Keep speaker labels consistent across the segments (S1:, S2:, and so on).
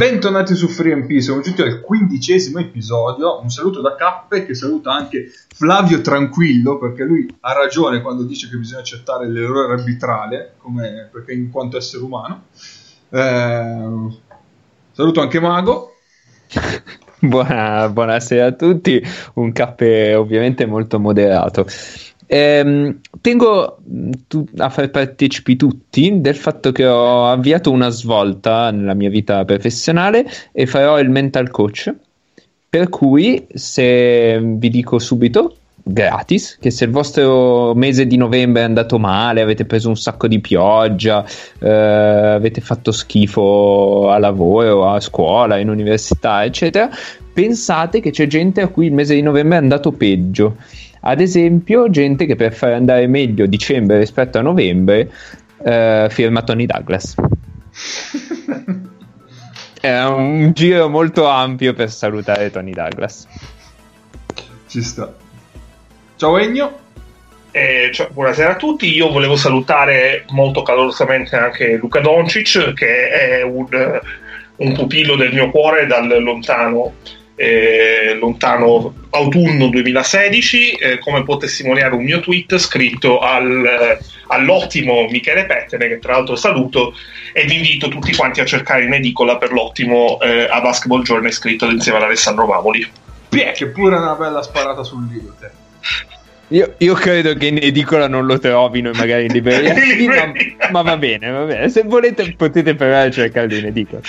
S1: Bentornati su FreeMP, siamo giunti al 15° episodio. Un saluto da Cappe, che saluta anche Flavio Tranquillo, perché lui ha ragione quando dice che bisogna accettare l'errore arbitrale, perché in quanto essere umano. Saluto anche Mago.
S2: Buonasera a tutti, un Cappe ovviamente molto moderato. Tengo a far partecipi tutti del fatto che ho avviato una svolta nella mia vita professionale e farò il mental coach, per cui se vi dico subito gratis che se il vostro mese di novembre è andato male, avete preso un sacco di pioggia, avete fatto schifo a lavoro, a scuola, in università eccetera, pensate che c'è gente a cui il mese di novembre è andato peggio. Ad esempio, gente che per far andare meglio dicembre rispetto a novembre firma Tony Douglas. È un giro molto ampio per salutare Tony Douglas.
S1: Ci sta. Ciao Ennio.
S3: Buonasera a tutti. Io volevo salutare molto calorosamente anche Luka Doncic, che è un pupillo del mio cuore dal lontano autunno 2016, come può testimoniare un mio tweet scritto all'ottimo Michele Pettene, che tra l'altro saluto, ed invito tutti quanti a cercare in edicola per l'ottimo a Basketball Journey scritto insieme ad Alessandro Mamoli.
S1: Che pure una bella sparata sul video te.
S2: Io credo che in edicola non lo trovino, magari in libreria. ma va bene, se volete potete provare a cercarlo in edicola.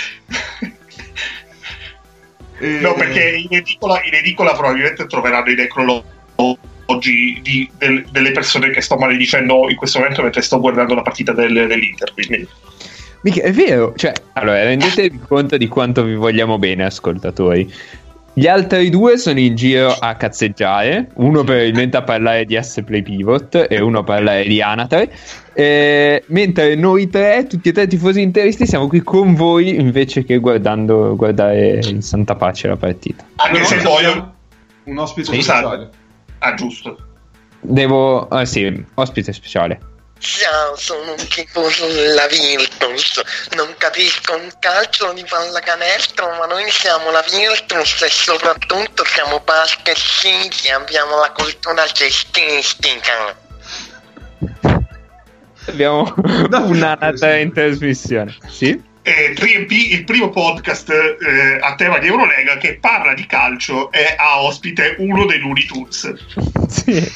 S3: No, perché in edicola probabilmente troveranno i necrologi delle persone che sto maledicendo in questo momento mentre sto guardando la partita dell'Inter, quindi...
S2: Mica, è vero, allora rendetevi conto di quanto vi vogliamo bene, ascoltatori. Gli altri due sono in giro a cazzeggiare, uno probabilmente a parlare di S-Play Pivot e uno a parlare di Anatre, mentre noi tre, tutti e tre tifosi interisti, siamo qui con voi invece che guardare in santa pace la partita.
S3: Anche se poi
S1: un ospite speciale.
S3: Ah, giusto.
S2: Sì, ospite speciale.
S4: Ciao, sono un tifoso della Virtus, non capisco un calcio di pallacanestro, ma noi siamo la Virtus e soprattutto siamo basket city, abbiamo la cultura cestistica.
S2: Abbiamo un'anata in trasmissione, sì?
S3: 3MP, il primo podcast a tema di Eurolega che parla di calcio e ha ospite uno dei Looney Tunes.
S2: Sì.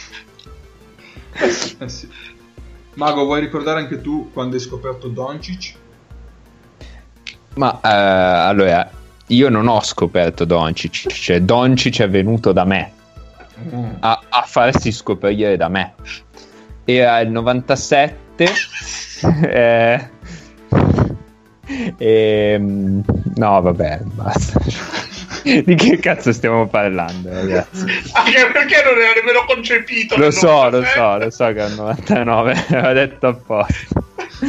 S1: Sì. Mago, vuoi ricordare anche tu quando hai scoperto Doncic?
S2: Ma allora, io non ho scoperto Doncic, cioè Doncic è venuto da me a farsi scoprire da me. Era il 97 no vabbè, basta. Di che cazzo stiamo parlando, ragazzi?
S3: Anche perché non era nemmeno concepito.
S2: Lo so che è il 99, l'ho detto apposta.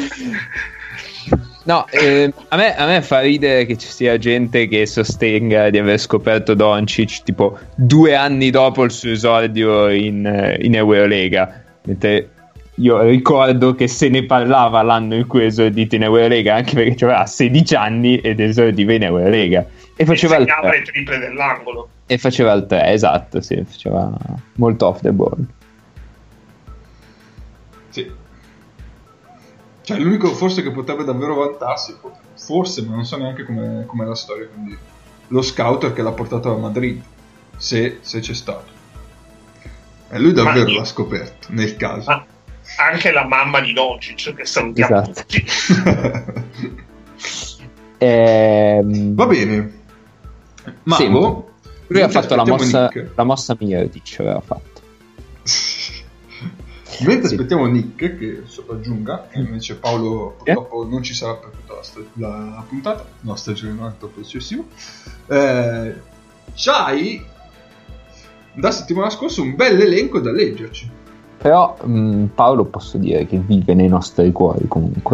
S2: No, a me fa ridere che ci sia gente che sostenga di aver scoperto Doncic tipo 2 anni dopo il suo esordio in Eurolega, mentre io ricordo che se ne parlava l'anno in cui esordito in Eurolega, anche perché aveva 16 anni ed esordiva in Eurolega e faceva il
S3: triple dell'angolo
S2: e faceva il 3, esatto, sì, faceva molto off the ball.
S1: Sì. Cioè l'unico forse che potrebbe davvero vantarsi, forse, ma non so neanche com'è la storia, quindi lo scouter che l'ha portato a Madrid, se c'è stato. E lui davvero l'ha scoperto, nel caso. Ma
S3: anche la mamma di Doncic, che salutiamo tutti.
S1: Va bene. Mago,
S2: sì, lui ha fatto la mossa Mirotic, aveva fatto.
S1: Mentre aspettiamo Nick che sopraggiunga, e invece Paolo purtroppo non ci sarà per tutta la puntata, no, stagionamento successivo. C'hai da settimana scorsa un bel elenco da leggerci.
S2: Però Paolo posso dire che vive nei nostri cuori comunque.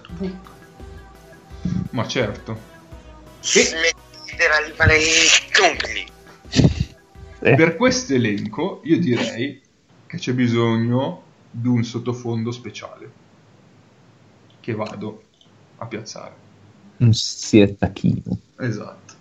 S1: Ma certo.
S4: Smetterà di fare gli stupidi.
S1: Per questo elenco io direi che c'è bisogno di un sottofondo speciale che vado a piazzare.
S2: Un sirtachino.
S1: Esatto.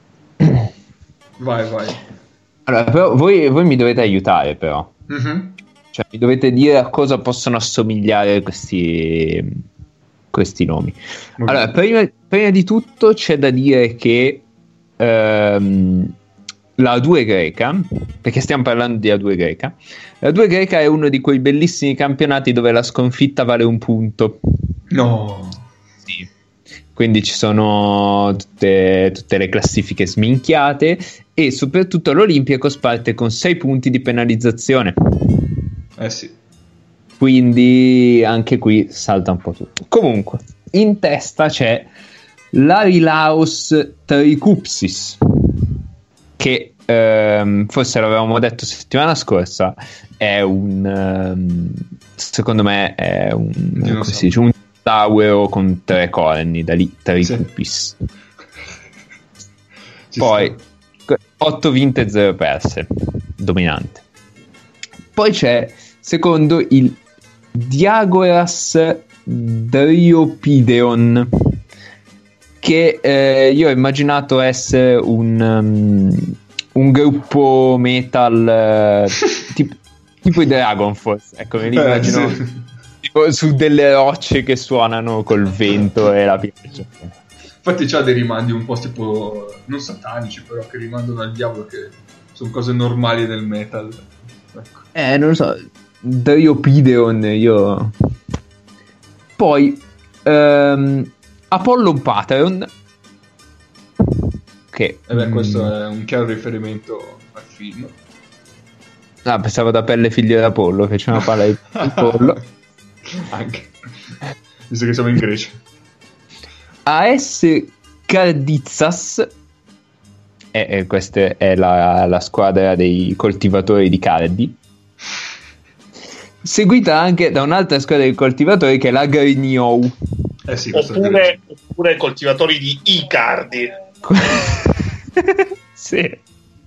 S1: Vai.
S2: Allora, però voi mi dovete aiutare, però.
S1: Mhm.
S2: Cioè, mi dovete dire a cosa possono assomigliare questi nomi.
S1: Va
S2: Allora,
S1: bene.
S2: prima di tutto c'è da dire che la A2 greca, perché stiamo parlando di A2 greca, la A2 greca è uno di quei bellissimi campionati dove la sconfitta vale un punto.
S1: No.
S2: Sì. Quindi ci sono tutte le classifiche sminchiate e soprattutto l'Olympiacos parte con 6 punti di penalizzazione.
S1: Sì.
S2: Quindi anche qui salta un po' tutto. Comunque, in testa c'è l'Arilaos Trikupsis, che forse l'avevamo detto settimana scorsa, è secondo me è un come si dice, un tauro con 3 corni, da lì Trikupis.
S1: Ci
S2: Poi
S1: sta.
S2: 8 vinte e 0 perse, dominante. Poi c'è secondo il Diagoras Driopideon, che io ho immaginato essere un gruppo metal tipo i Dragon Force, ecco, me li immagino
S1: Sì.
S2: tipo su delle rocce che suonano col vento e la pioggia.
S1: Infatti c'ha dei rimandi un po' tipo, non satanici, però che rimandano al diavolo, che sono cose normali del metal. Ecco.
S2: Non lo so, Driopideon, io... Poi Apollo Patreon, che
S1: Questo è un chiaro riferimento al film.
S2: pensavo da Pelle figlio d'Apollo, facciamo parlare di Apollo.
S1: Anche, visto che siamo in Grecia.
S2: AS Karditsas, questa è la squadra dei coltivatori di cardi, seguita anche da un'altra squadra di coltivatori che è la Grignou.
S1: Sì, questo è Grecia.
S3: Oppure coltivatori di Icardi.
S2: Sì.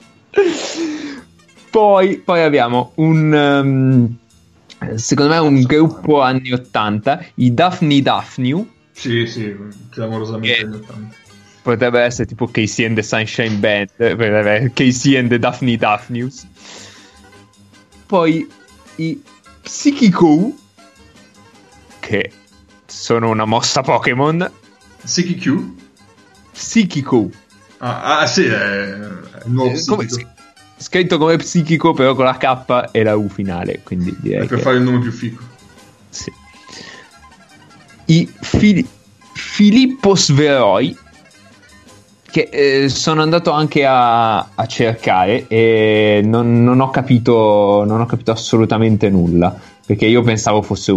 S2: Poi abbiamo secondo me un gruppo anni 80, i Daphne Daphne.
S1: Sì, clamorosamente
S2: Che-
S1: anni 80.
S2: Potrebbe essere tipo Casey and the Sunshine Band, Casey and the Daphne Daphnews. Poi i Psychico, che sono una mossa Pokémon.
S1: Psychico?
S2: Psychico.
S1: Sì, è il nuovo
S2: Come-
S1: psichico.
S2: scritto come Psichico, però con la K e la U finale. Quindi direi
S1: È per
S2: che...
S1: fare il nome più figo.
S2: Sì. I Filippo Sveroi, che sono andato anche a cercare e non ho capito assolutamente nulla, perché io pensavo fosse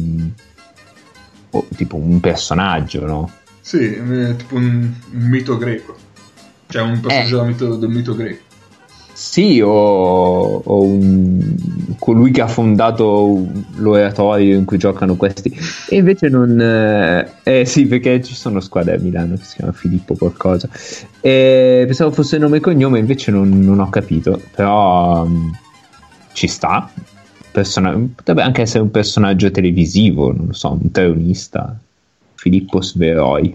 S2: tipo un personaggio, no?
S1: Sì, è tipo un mito greco. Cioè un personaggio del mito greco.
S2: Sì, o colui che ha fondato l'oratorio in cui giocano questi. E invece non... sì, perché ci sono squadre a Milano che si chiama Filippo qualcosa. Pensavo fosse nome e cognome, invece non ho capito. Però ci sta. Potrebbe anche essere un personaggio televisivo, non lo so, un tronista. Filippo Sveroi.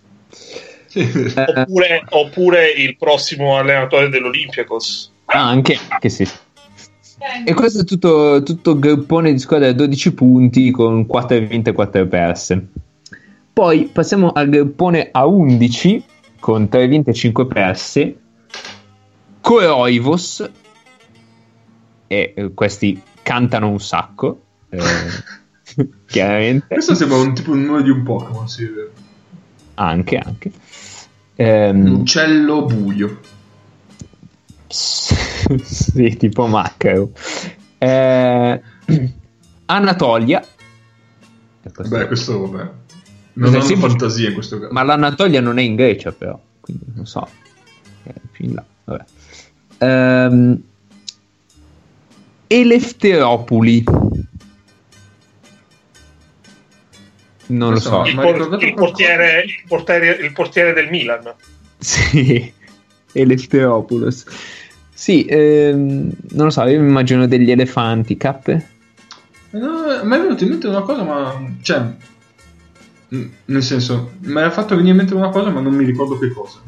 S3: Oppure il prossimo allenatore dell'Olympiacos.
S2: Anche sì. E questo è tutto gruppone di squadre a 12 punti con 4 vinte e 4 perse. Poi passiamo al gruppone a 11 con 3 vinte e 5 perse. Koroivos, e questi cantano un sacco, chiaramente.
S1: Questo sembra un tipo un nome di un Pokémon, sì, è vero.
S2: Anche.
S1: Uccello buio.
S2: Sì, tipo Macro. Anatolia.
S1: Beh, questo vabbè. Non hanno fantasia in questo caso.
S2: Ma l'Anatolia non è in Grecia, però, quindi non so. Più in là, vabbè. Elefteropoli. Non lo so.
S3: Il portiere del Milan.
S2: Sì, Elefteropoulos. Sì, non lo so, io mi immagino degli elefanti, cappe.
S1: No, mi è venuto in mente una cosa, ma cioè Nel senso, mi ha fatto venire in mente una cosa, ma non mi ricordo che cosa.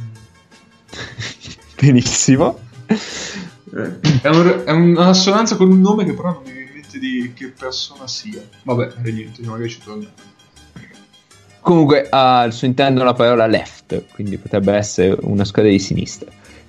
S2: Benissimo.
S1: È una assonanza con un nome che però non mi viene in mente di che persona sia. Vabbè, niente, magari ci torniamo.
S2: Comunque al suo interno la parola left, quindi potrebbe essere una squadra di sinistra.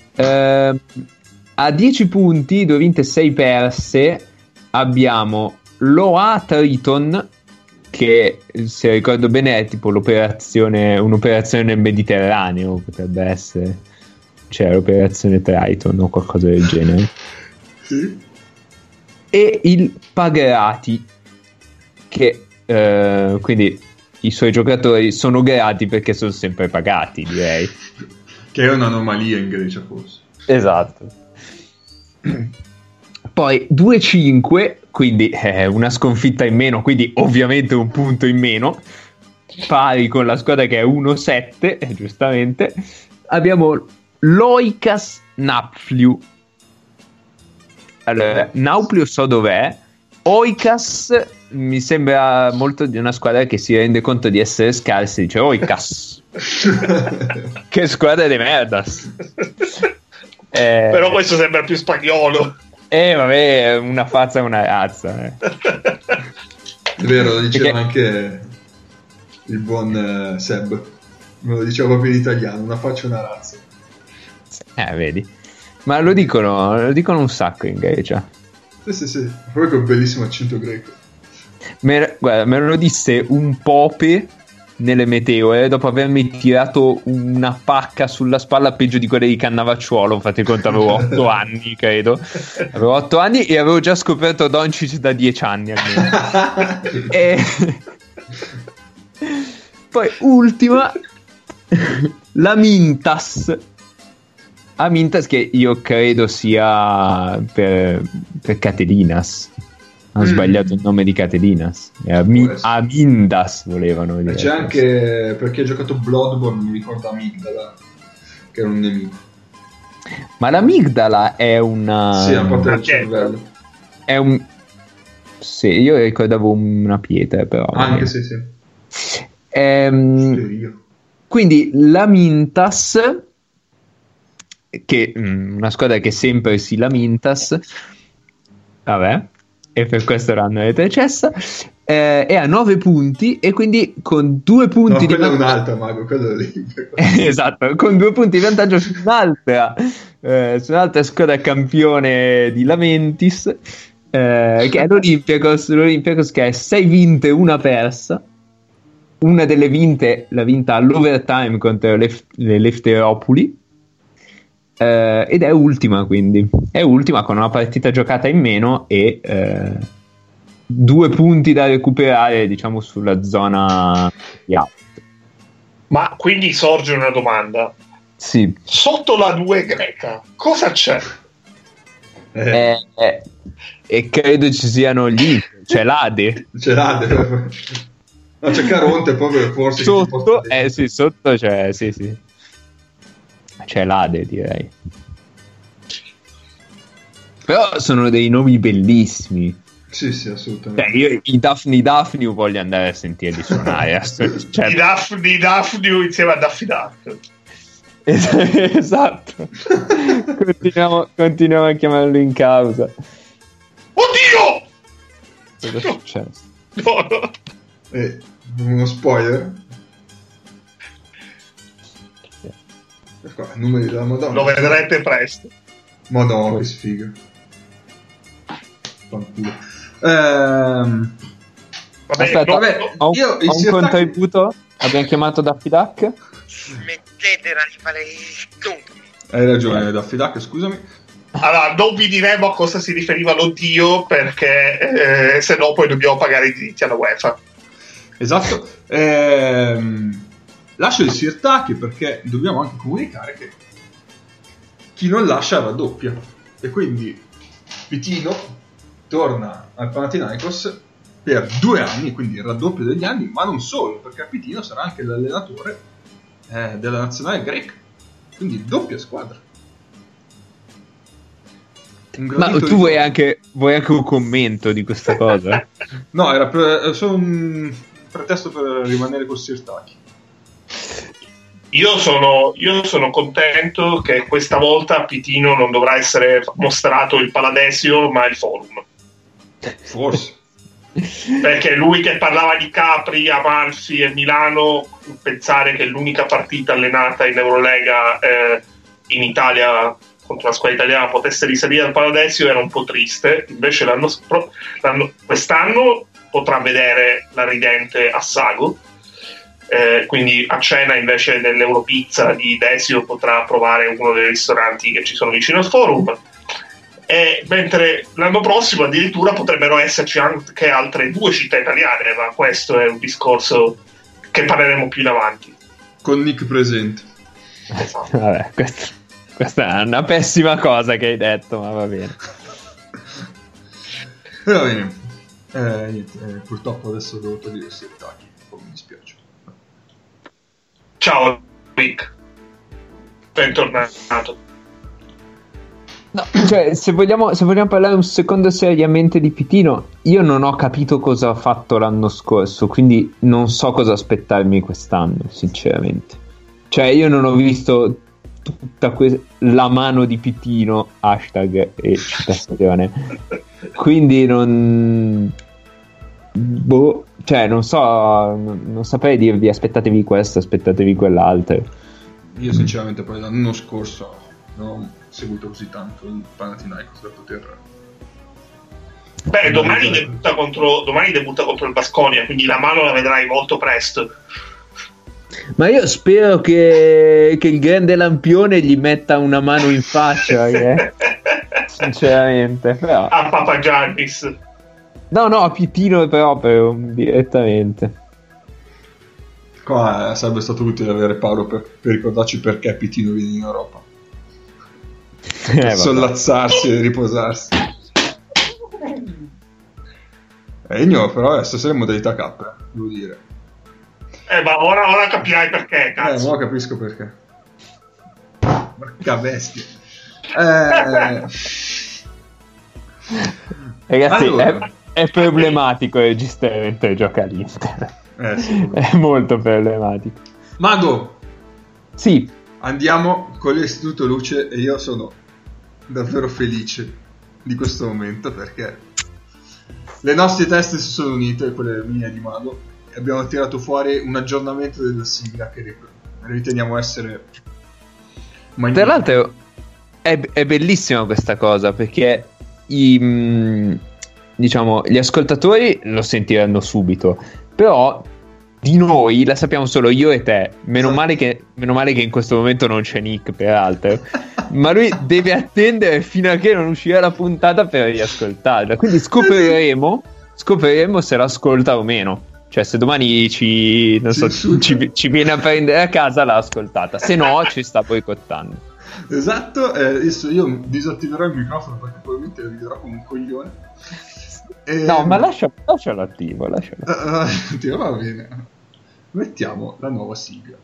S2: A 10 punti, 2 vinte e 6 perse, abbiamo l'OA Triton, che se ricordo bene è tipo un'operazione nel Mediterraneo, potrebbe essere, cioè l'operazione Triton o qualcosa del genere.
S1: Sì.
S2: E il Pagrati, che quindi i suoi giocatori sono grati perché sono sempre pagati, direi.
S1: Che è un'anomalia in Grecia, forse.
S2: Esatto. Poi 2-5, quindi una sconfitta in meno, quindi ovviamente un punto in meno, pari con la squadra che è 1-7, giustamente. Abbiamo l'Oikas Napfliu. Allora, Napfliu so dov'è. Oikas mi sembra molto di una squadra che si rende conto di essere scarsa e dice Oikas. Che squadra di merdas.
S3: Però questo sembra più spagnolo.
S2: Vabbè, una fazza e una razza.
S1: È vero, lo diceva anche il buon Seb. Me lo diceva proprio in italiano, una faccia e una razza.
S2: Vedi. Ma lo dicono un sacco in Grecia.
S1: Sì. Poi con un bellissimo accento greco.
S2: Guarda, me lo disse un Pope nelle meteore dopo avermi tirato una pacca sulla spalla peggio di quelle di Cannavacciuolo. Fate conto, avevo 8 anni, credo. Avevo 8 anni e avevo già scoperto Doncic da 10 anni almeno. Poi ultima, la Mintas. Amintas, che io credo sia per Catelinas. Hanno sbagliato il nome di Catelinas. Amindas volevano dire.
S1: C'è anche, per chi ha giocato Bloodborne, mi ricorda Amigdala, che era un nemico.
S2: Ma l'amigdala è una...
S1: Sì, a parte del cervello.
S2: È un... Sì, io ricordavo una pietra, però.
S1: Anche sì.
S2: Quindi la Mintas, che una squadra che sempre si lamentas, vabbè, e per questo l'hanno retrocessa, è a 9 punti e quindi con 2 punti di vantaggio.
S1: Quello è un'altra, Mago, quello lì.
S2: Esatto, con 2 punti di vantaggio su un'altra squadra campione di Lamentis, che è l'Olympiakos, che è 6 vinte e 1 persa. Una delle vinte l'ha vinta all'overtime contro le Lefteropoli, ed è ultima, quindi è ultima con una partita giocata in meno e 2 punti da recuperare, diciamo, sulla zona di out.
S3: Ma quindi sorge una domanda.
S2: Sì.
S3: Sotto la 2 greca cosa c'è?
S2: E credo ci siano gli c'è l'Ade.
S1: No, c'è Caronte proprio, forse
S2: sotto, sì, sotto c'è, sì. C'è l'Ade, direi. Però sono dei nomi bellissimi.
S1: Sì, assolutamente.
S2: Cioè, io i Daphne voglio andare a sentirli suonare. Cioè...
S3: I Daphne insieme a Daffy Duck.
S2: Esatto. Continuiamo a chiamarlo in causa.
S3: Oddio!
S2: Cosa è successo?
S3: No.
S1: Uno spoiler. Numeri della Madonna.
S3: Lo vedrete presto.
S1: Madonna, che sfiga. Fanculo.
S2: Aspetta, ho un contributo. Abbiamo chiamato Daffy Duck.
S4: Smettetela di fare gli stupidi.
S1: Hai ragione, Daffy Duck, scusami.
S3: Allora, non vi diremo a cosa si riferiva l'oddio, perché se no poi dobbiamo pagare i diritti alla UEFA.
S1: Esatto. Lascio il Sirtaki perché dobbiamo anche comunicare che chi non lascia raddoppia, e quindi Pitino torna al Panathinaikos per 2 anni, quindi il raddoppio degli anni, ma non solo, perché Pitino sarà anche l'allenatore della nazionale greca, quindi doppia squadra.
S2: Ma tu vuoi anche un commento di questa cosa?
S1: No, era solo pretesto per rimanere con Sirtaki.
S3: Io sono contento che questa volta a Pitino non dovrà essere mostrato il Paladesio, ma il Forum.
S1: Forse.
S3: Perché lui che parlava di Capri, Amalfi e Milano, pensare che l'unica partita allenata in Eurolega in Italia contro la squadra italiana potesse risalire al Paladesio era un po' triste. Invece quest'anno potrà vedere la ridente a Sago, quindi a cena invece dell'Europizza di Desio potrà provare uno dei ristoranti che ci sono vicino al Forum. Mentre l'anno prossimo addirittura potrebbero esserci anche altre 2 città italiane, ma questo è un discorso che parleremo più in avanti.
S1: Con Nick presente.
S3: Esatto.
S2: Vabbè, questa è una pessima cosa che hai detto, ma va bene.
S1: Va bene. Niente, purtroppo adesso devo togliere Sirtaki, mi dispiace.
S3: Ciao Rick, bentornato.
S2: No, cioè, se vogliamo parlare un secondo seriamente di Pitino, io non ho capito cosa ha fatto l'anno scorso, quindi non so cosa aspettarmi quest'anno, sinceramente. Cioè, io non ho visto tutta la mano di Pitino, hashtag e citazione. Quindi cioè, non so, non saprei dirvi aspettatevi questo, aspettatevi quell'altro.
S1: Io sinceramente poi l'anno scorso non ho seguito così tanto il Panathinaikos da poter...
S3: Beh, domani debutta contro il Baskonia, quindi la mano la vedrai molto presto.
S2: Ma io spero che il grande lampione gli metta una mano in faccia, sinceramente. Però...
S3: A Papa Giannis.
S2: No, a Pitino proprio direttamente.
S1: Qua sarebbe stato utile avere Paolo per ricordarci perché Pitino viene in Europa. Per sollazzarsi e riposarsi. Però adesso sei in modalità K, devo dire.
S3: Ma ora capirai perché, cazzo.
S1: Ora capisco perché. Porca bestia.
S2: Ragazzi,
S1: allora.
S2: è problematico registrare mentre gioca l'Inter.
S1: Sì,
S2: è molto problematico.
S1: Mago!
S2: Sì.
S1: Andiamo con l'Istituto Luce e io sono davvero felice di questo momento perché le nostre teste si sono unite, quelle mie di Mago, e abbiamo tirato fuori un aggiornamento della sigla che riteniamo essere magnifico.
S2: Tra l'altro è bellissima questa cosa perché gli ascoltatori lo sentiranno subito, però di noi la sappiamo solo io e te. Meno male che in questo momento non c'è Nick, peraltro. Ma lui deve attendere fino a che non uscirà la puntata per riascoltarla. Quindi scopriremo se l'ascolta o meno. Cioè, se domani ci viene a prendere a casa, l'ha ascoltata. Se no, ci sta boicottando.
S1: Esatto. Adesso io disattiverò il microfono perché probabilmente riderò come un coglione.
S2: No, ma lascialo attivo.
S1: Va bene. Mettiamo la nuova sigla.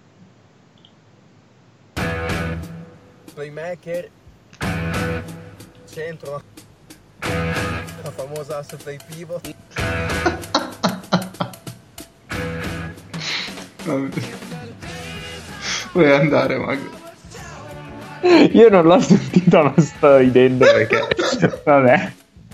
S5: Playmaker, centro, la famosa asse play pivot.
S1: Vuoi andare, Mago?
S2: Io non l'ho sentito, ma sto ridendo perché vabbè.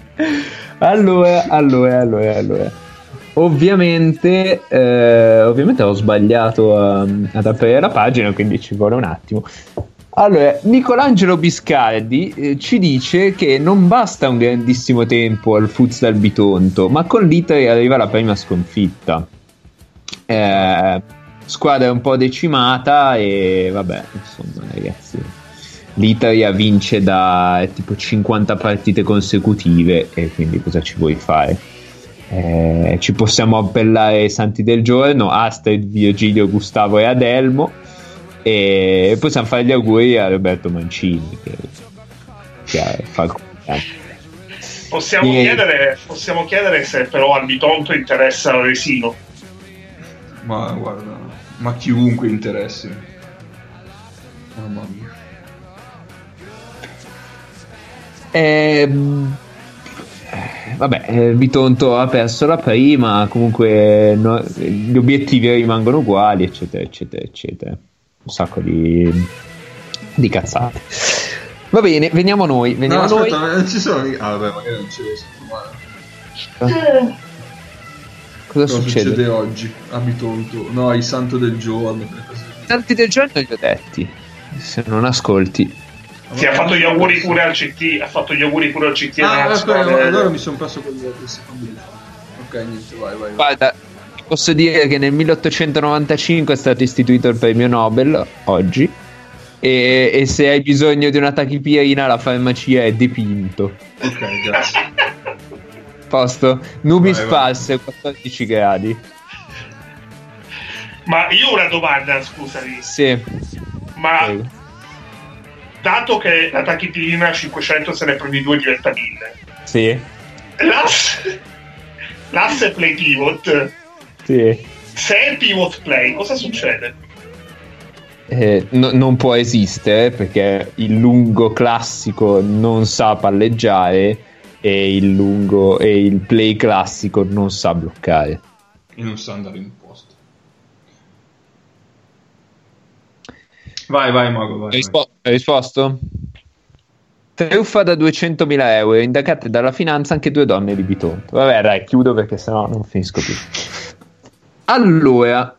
S2: Allora. Ovviamente ho sbagliato ad aprire la pagina, quindi ci vuole un attimo. Allora, Nicolangelo Biscardi ci dice che non basta un grandissimo tempo al Futsal Bitonto, ma con l'Italy arriva la prima sconfitta. Squadra un po' decimata e vabbè, insomma, ragazzi, l'Italia vince da tipo 50 partite consecutive e quindi cosa ci vuoi fare? Ci possiamo appellare ai santi del giorno, Astrid, Virgilio, Gustavo e Adelmo, e possiamo fare gli auguri a Roberto Mancini che fa il compleanno.
S3: Possiamo chiedere se però al Bitonto interessa Resino.
S1: Ma guarda, ma chiunque interessi. Mamma mia.
S2: Bitonto ha perso la prima, comunque gli obiettivi rimangono uguali, eccetera eccetera eccetera, un sacco di cazzate. Va bene, veniamo noi.
S1: Aspetta, non ci sono vabbè, magari non ci riesco.
S2: Cosa succede
S1: oggi a Bitonto? No, il santo del giorno,
S2: i santi del giorno li ho detti, se non ascolti.
S3: Sì, ha fatto gli auguri pure al CT. Ha fatto gli auguri pure al CT.
S1: Allora mi sono perso quel secondo di fa. Ok, niente, vai.
S2: Guarda, posso dire che nel 1895 è stato istituito il premio Nobel, oggi, e se hai bisogno di una tachipirina la farmacia è Dipinto.
S1: Ok, grazie.
S2: Posto? Nubi sparse, 14 gradi.
S3: Ma io ho una domanda, scusami.
S2: Sì.
S3: Ma
S2: prego.
S3: Dato che la tachipirina 500 se ne prendi 2 diventa 1000.
S2: Sì.
S3: L'asse play pivot.
S2: Sì.
S3: Se è pivot play, cosa succede?
S2: Non può esistere perché il lungo classico non sa palleggiare e il play classico non sa bloccare
S1: e non sa andare in posto. Vai Mago, vai.
S2: Hai risposto? Truffa da 200.000 euro, indagate dalla finanza anche 2 donne di Bitonto. Vabbè, dai, chiudo perché sennò non finisco più. Allora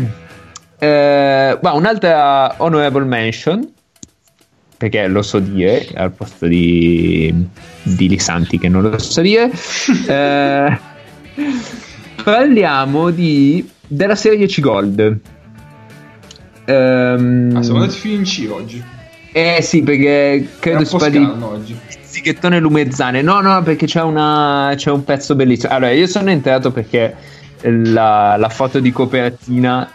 S2: un'altra honorable mention, perché lo so dire al posto di Lisanti che non lo so dire. Parliamo della serie C Gold.
S1: Siamo andati fino in C oggi.
S2: Sì, perché credo si parli
S1: oggi.
S2: Zighettone Lumezzane. No, perché c'è un pezzo bellissimo. Allora, io sono entrato perché la foto di copertina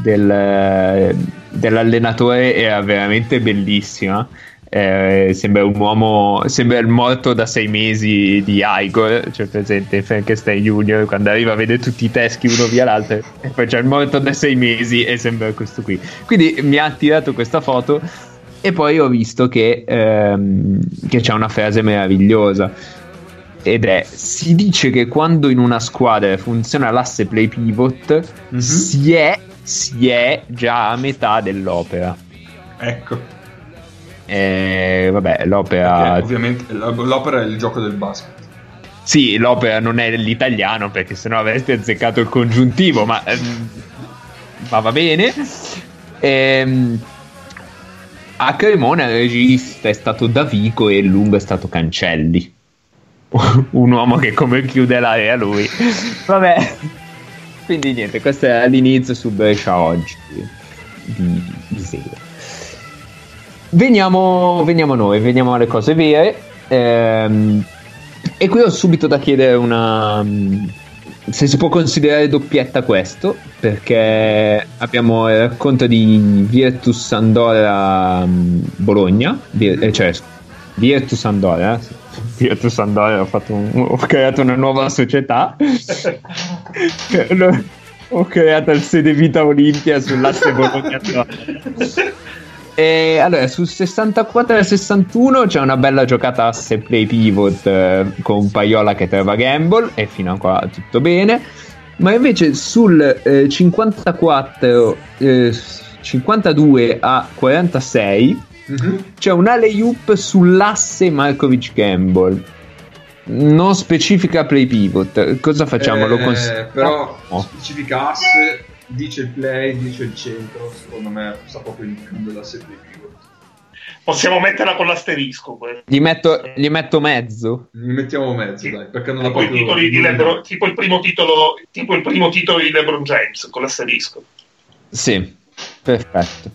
S2: dell'allenatore era veramente bellissima. Sembra un uomo, sembra il morto da 6 mesi di Igor, cioè presente Frankenstein Junior, quando arriva a vedere tutti i teschi uno via l'altro e poi c'è il morto da 6 mesi e sembra questo qui. Quindi mi ha attirato questa foto e poi ho visto che c'è una frase meravigliosa ed è: si dice che quando in una squadra funziona l'asse play pivot si è già a metà dell'opera.
S1: Ecco.
S2: Vabbè, l'opera.
S1: Perché ovviamente l'opera è il gioco del basket.
S2: Sì, l'opera non è l'italiano, perché sennò avresti azzeccato il congiuntivo, ma va bene. A Cremona il regista è stato Davico e il lungo è stato Cancelli. Un uomo che come chiude l'area lui. Vabbè. Quindi niente, questo è all'inizio su Brescia oggi di sera. Veniamo noi, veniamo alle cose vere. E qui ho subito da chiedere se si può considerare doppietta questo, perché abbiamo il racconto di Virtus Andorra Bologna, cioè Virtus Andorra, Virtus Andorra, ho creato una nuova società. Ho creato il sede Vita Olimpia sull'asse Bologna. E allora sul 64 e 61 c'è una bella giocata asse play pivot con Paiola che trova gamble e fino a qua tutto bene, ma invece sul 52 a 46 c'è un alley-oop sull'asse Markovic gamble, non specifica play pivot. Cosa facciamo?
S1: Però specifica asse, dice il play, dice il centro. Secondo me sta proprio indicando l'asse play pivot.
S3: Possiamo metterla con l'asterisco.
S2: Gli metto mezzo?
S1: Gli mettiamo mezzo, dai, perché non
S3: tipo, tipo il primo titolo di LeBron James con l'asterisco.
S2: Sì, perfetto.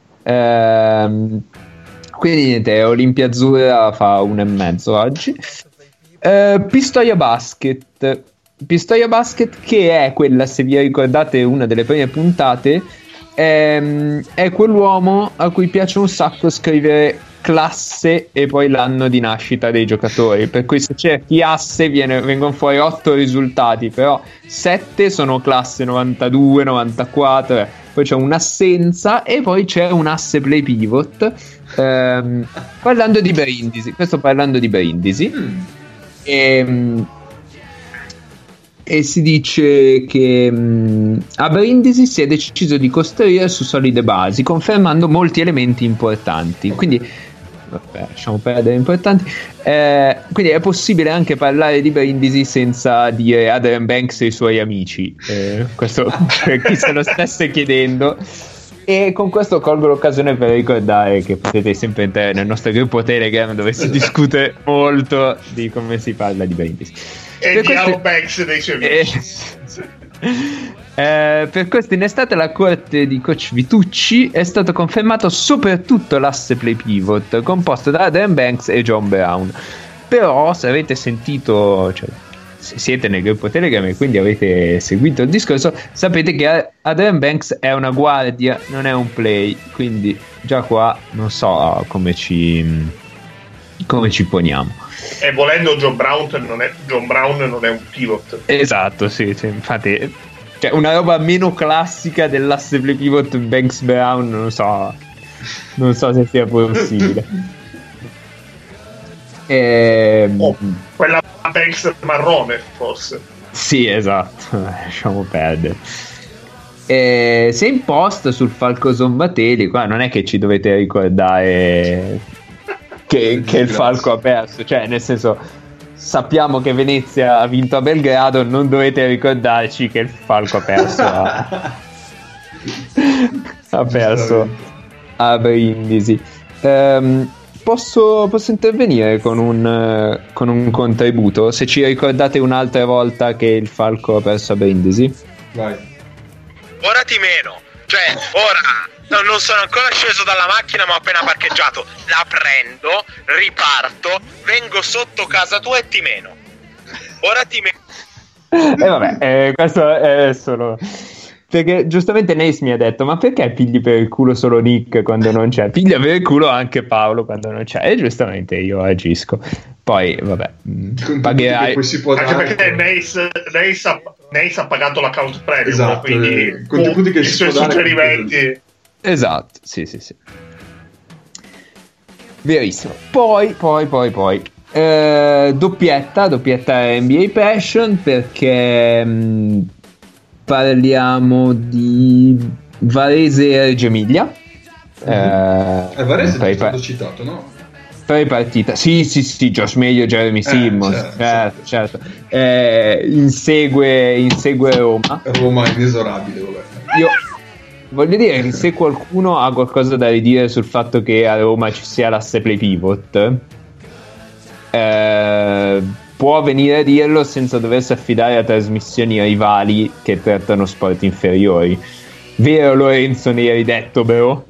S2: Quindi niente, Olimpia Azzurra fa 1,5 oggi. Pistoia Basket che è quella, se vi ricordate una delle prime puntate, è quell'uomo a cui piace un sacco scrivere classe e poi l'anno di nascita dei giocatori, per cui se cerchi asse vengono fuori 8 risultati, però 7 sono classe 92, 94, poi c'è un'assenza e poi c'è un asse play pivot. Parlando di Brindisi, e si dice che a Brindisi si è deciso di costruire su solide basi, confermando molti elementi importanti. Quindi vabbè, lasciamo perdere importanti. Quindi è possibile anche parlare di Brindisi senza dire Adrian Banks e i suoi amici. Questo per chi se lo stesse chiedendo. E con questo colgo l'occasione per ricordare che potete sempre entrare nel nostro gruppo Telegram, dove si discute molto di come si parla di Brindisi.
S3: E di Aaron Banks dei suoi amici.
S2: Per questo in estate la corte di coach Vitucci è stato confermato soprattutto l'asse play pivot composto da Adrian Banks e John Brown. Però se avete sentito, cioè, se siete nel gruppo Telegram e quindi avete seguito il discorso, sapete che Adrian Banks è una guardia, non è un play, quindi già qua non so come ci poniamo.
S3: E volendo John Brown non è un pivot.
S2: Esatto, sì, infatti, cioè, una roba meno classica dell'asse play pivot Banks Brown, non so se sia possibile.
S3: Quella Banks marrone forse. Sì,
S2: esatto, lasciamo perdere. Se in post sul Falco Zombatelli, qua non è che ci dovete ricordare che il Falco ha perso, cioè nel senso, sappiamo che Venezia ha vinto a Belgrado, non dovete ricordarci che il Falco ha perso ha perso a Brindisi. Posso intervenire con un contributo, se ci ricordate un'altra volta che il Falco ha perso a Brindisi?
S1: Vai.
S4: Ora ti meno, cioè ora non sono ancora sceso dalla macchina, ma ho appena parcheggiato, la prendo, riparto, vengo sotto casa tua e ti meno. Ora ti meno.
S2: E vabbè, questo è solo perché giustamente Nace mi ha detto: ma perché pigli per il culo solo Nick quando non c'è? Piglia per il culo anche Paolo quando non c'è. E giustamente io agisco. Poi vabbè, pagherai.
S1: Poi si può
S3: anche
S1: dare...
S3: perché Nace ha pagato l'account premium,
S1: esatto,
S3: quindi
S1: contributi che
S3: i suoi suggerimenti.
S2: Esatto, sì. Verissimo. Poi doppietta NBA Passion, perché parliamo di Varese e Reggio Emilia.
S1: Varese è stato citato, no?
S2: Pre-partita, sì, Josh Meglio, Jeremy Simmons, certo. Insegue Roma
S1: inesorabile, vabbè.
S2: Io voglio dire che se qualcuno ha qualcosa da ridire sul fatto che a Roma ci sia l'asse play pivot, può venire a dirlo senza doversi affidare a trasmissioni rivali che trattano sport inferiori. Vero Lorenzo Neri, detto bro?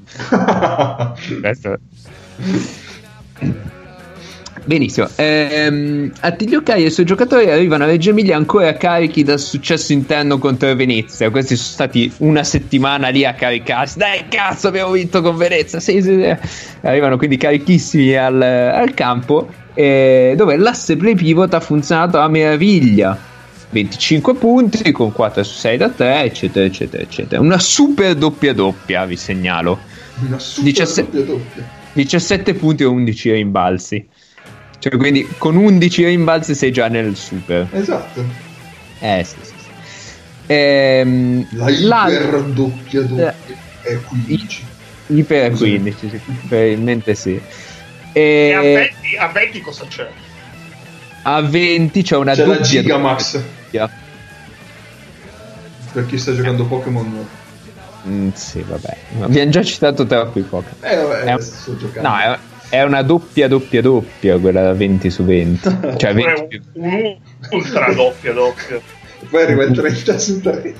S2: Benissimo. Attilio Cai e i suoi giocatori arrivano a Reggio Emilia ancora carichi dal successo interno contro Venezia. Questi sono stati una settimana lì a caricarsi. Dai cazzo, abbiamo vinto con Venezia. Sì. Arrivano quindi carichissimi al campo, dove l'asse play pivot ha funzionato a meraviglia. 25 punti con 4 su 6 da 3, eccetera. Una super doppia, vi segnalo.
S1: Una super doppia.
S2: 17 punti e 11 rimbalzi. Cioè, quindi con 11 rimbalzi sei già nel super.
S1: Esatto.
S2: Sì.
S1: La iper doppia è 15.
S2: Iper 15, sì, probabilmente sì.
S3: E a 20 cosa c'è?
S2: A 20 c'è una
S1: doppia.
S2: La
S1: Gigamax. Per chi sta giocando Pokémon.
S2: Sì, vabbè. Abbiamo già citato troppo i Pokémon.
S1: Vabbè, sto giocando.
S2: No, è una doppia quella da 20 su 20. Cioè 20
S3: un ultra doppia.
S1: Poi arriva il 30 su 3.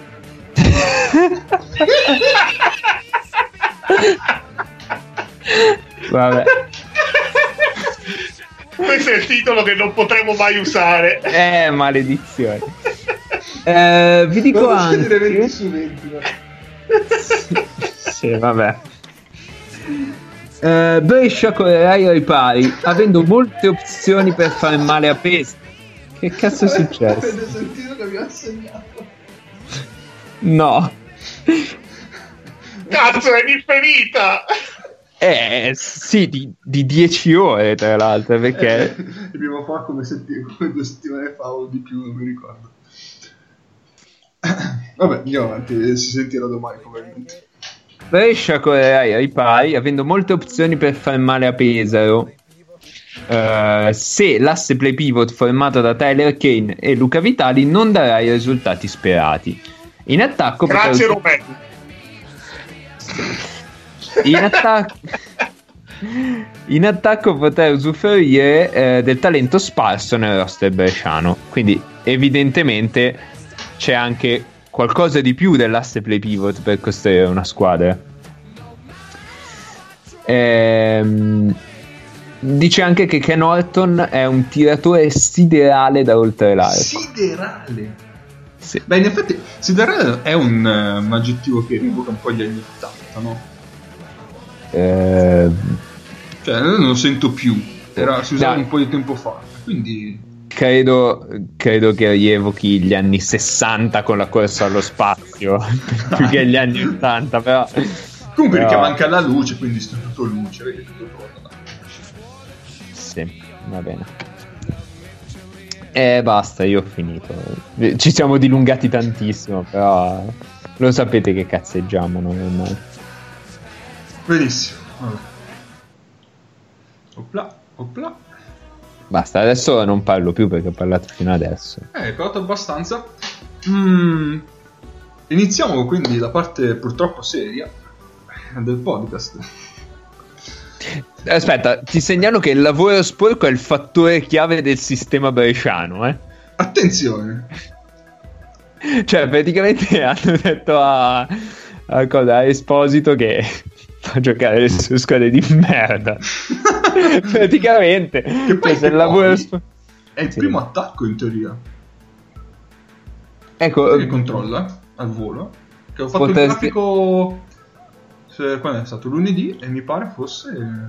S2: Vabbè.
S3: Questo è il titolo che non potremo mai usare.
S2: Maledizione. Vi dico anche
S1: 20 su 20.
S2: Sì, vabbè. Brescia correrà ai ripari, avendo molte opzioni per fare male a Pesaro. Che cazzo è successo?
S1: Avete sentito che mi ha segnato?
S2: No.
S3: Cazzo, è differita!
S2: Sì, di 10 ore tra l'altro, perché
S1: prima fa come 2 settimane fa o di più, non mi ricordo. Vabbè, andiamo avanti, si sentirà domani probabilmente.
S2: Brescia correrai ai pari, avendo molte opzioni per far male a Pesaro. Se l'asse play pivot formato da Tyler Kane e Luca Vitali non darà i risultati sperati. In attacco
S3: grazie Romeo.
S2: In attacco potrà usufruire del talento sparso nel roster bresciano, quindi evidentemente c'è anche qualcosa di più dell'asse play pivot per costruire una squadra. Dice anche che Ken Norton è un tiratore siderale da oltre l'arco.
S1: Siderale?
S2: Sì.
S1: Beh, in effetti siderale è un aggettivo che rivoca un po' gli anni 80, no? Cioè, non lo sento più. Si usava un po' di tempo fa, quindi
S2: credo che rievochi gli anni 60 con la corsa allo spazio più che gli anni 80, però
S1: comunque richiama anche alla luce, quindi istituto luce, vedi, tutto torna.
S2: Sì, va bene. Basta, io ho finito. Ci siamo dilungati tantissimo, però lo sapete che cazzeggiamo, non.
S1: Benissimo. Vabbè. Opla.
S2: Basta, adesso non parlo più perché ho parlato fino adesso.
S1: Hai parlato abbastanza. Iniziamo quindi la parte purtroppo seria del podcast.
S2: Aspetta, ti segnalo che il lavoro sporco è il fattore chiave del sistema bresciano,
S1: Attenzione.
S2: Cioè, praticamente hanno detto a Esposito che fa giocare le sue squadre di merda. Praticamente.
S1: Che poi
S2: se il lavoro
S1: è il primo attacco in teoria.
S2: Ecco,
S1: che controlla al volo. Che ho fatto il grafico. Quando è stato lunedì e mi pare fosse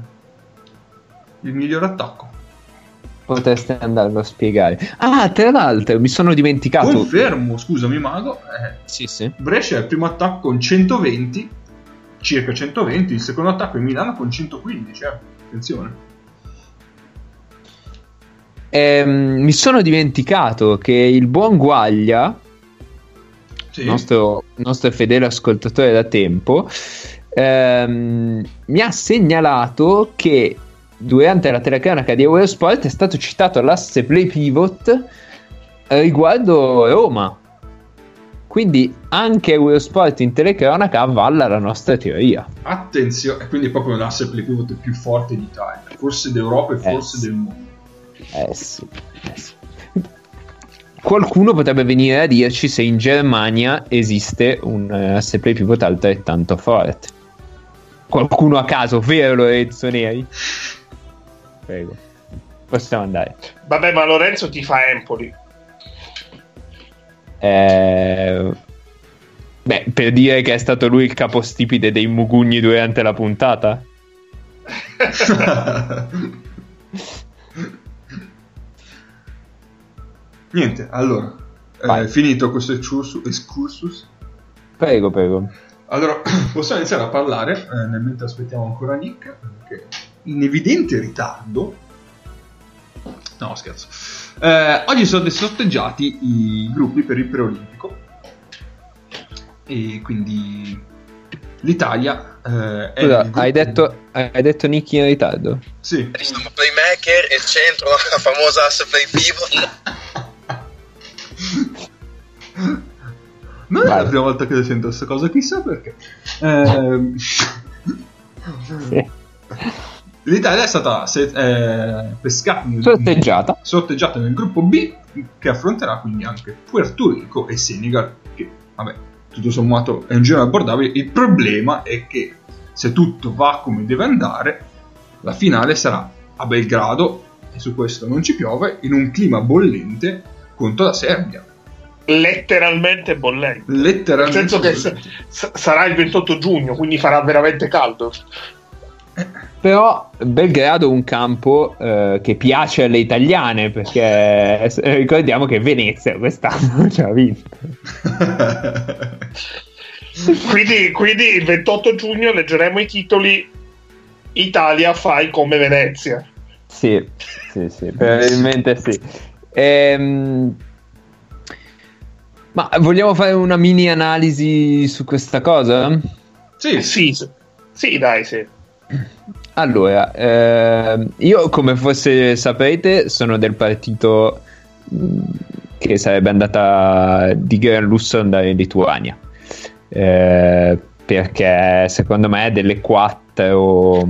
S1: il miglior attacco.
S2: Potreste andarlo a spiegare. Ah, tra l'altro mi sono dimenticato.
S1: Confermo, scusami Mago.
S2: Sì.
S1: Brescia è il primo attacco con 120, circa 120. Il secondo attacco è Milano con 115. Attenzione.
S2: Mi sono dimenticato che il buon Guaglia,
S1: sì,
S2: nostro fedele ascoltatore da tempo, mi ha segnalato che durante la telecronaca di Eurosport è stato citato l'asse play pivot riguardo Roma, quindi anche Eurosport in telecronaca avvalla la nostra teoria.
S1: Attenzione, quindi è proprio l'asse play pivot più forte d'Italia, forse d'Europa e forse del mondo.
S2: Sì. Qualcuno potrebbe venire a dirci se in Germania esiste un asse play pivot altrettanto forte. Qualcuno a caso, vero Lorenzo Neri? Prego, possiamo andare.
S3: Vabbè, ma Lorenzo ti fa Empoli.
S2: Beh, per dire che è stato lui il capostipite dei mugugni durante la puntata.
S1: Niente, allora finito questo excursus.
S2: Prego.
S1: Allora possiamo iniziare a parlare nel mentre aspettiamo ancora Nick, che in evidente ritardo. No, scherzo. Oggi sono sorteggiati i gruppi per il preolimpico e quindi l'Italia
S2: Scusa, hai detto Nick in ritardo?
S1: Sì.
S4: Sono playmaker e centro, la famosa asse play pivot.
S1: Non è la prima volta che sento questa cosa, chissà perché.
S2: Sì.
S1: L'Italia è stata sorteggiata nel gruppo B, che affronterà quindi anche Puerto Rico e Senegal, che vabbè, tutto sommato è un giro abbordabile. Il problema è che se tutto va come deve andare, la finale sarà a Belgrado, e su questo non ci piove, in un clima bollente contro la Serbia.
S3: Letteralmente bollente.
S1: Nel
S3: senso che sarà il 28 giugno, quindi farà veramente caldo.
S2: Però Belgrado è un campo che piace alle italiane, perché ricordiamo che Venezia quest'anno ci ha vinto.
S3: quindi il 28 giugno leggeremo i titoli Italia fai come Venezia.
S2: Sì, probabilmente sì. Ma vogliamo fare una mini analisi su questa cosa?
S3: Sì, dai, sì.
S2: Allora, io come forse saprete sono del partito che sarebbe andata di gran lusso andare in Lituania, perché secondo me delle quattro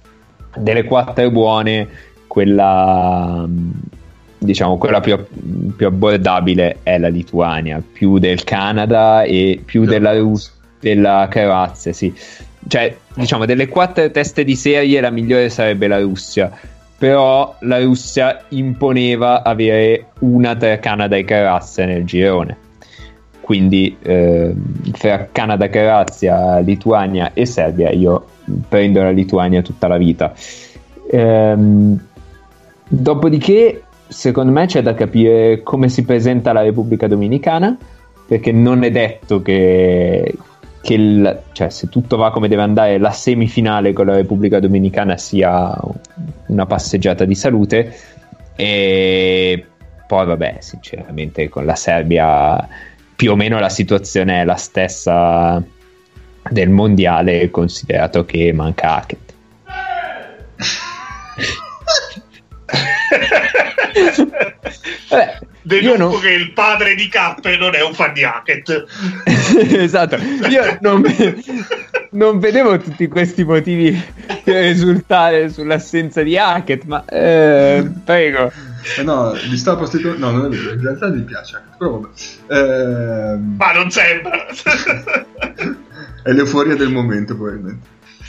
S2: buone, quella diciamo quella più abbordabile è la Lituania, più del Canada e più della Croazia, sì. Cioè, diciamo, delle 4 teste di serie la migliore sarebbe la Russia, però la Russia imponeva avere una tra Canada e Croazia nel girone, quindi fra Canada, Croazia, Lituania e Serbia io prendo la Lituania tutta la vita. Dopodiché secondo me c'è da capire come si presenta la Repubblica Dominicana, perché non è detto che cioè, se tutto va come deve andare, la semifinale con la Repubblica Dominicana sia una passeggiata di salute. E poi vabbè, sinceramente con la Serbia più o meno la situazione è la stessa del mondiale, considerato che manca Hackett.
S3: Denunco che il padre di Cappe non è un fan di Hackett.
S2: Esatto, io non vedevo tutti questi motivi per esultare sull'assenza di Hackett, ma prego.
S1: No, gli sta no, non è vero, in realtà gli piace Hackett, però vabbè.
S3: Ma non sembra.
S1: È l'euforia del momento, probabilmente.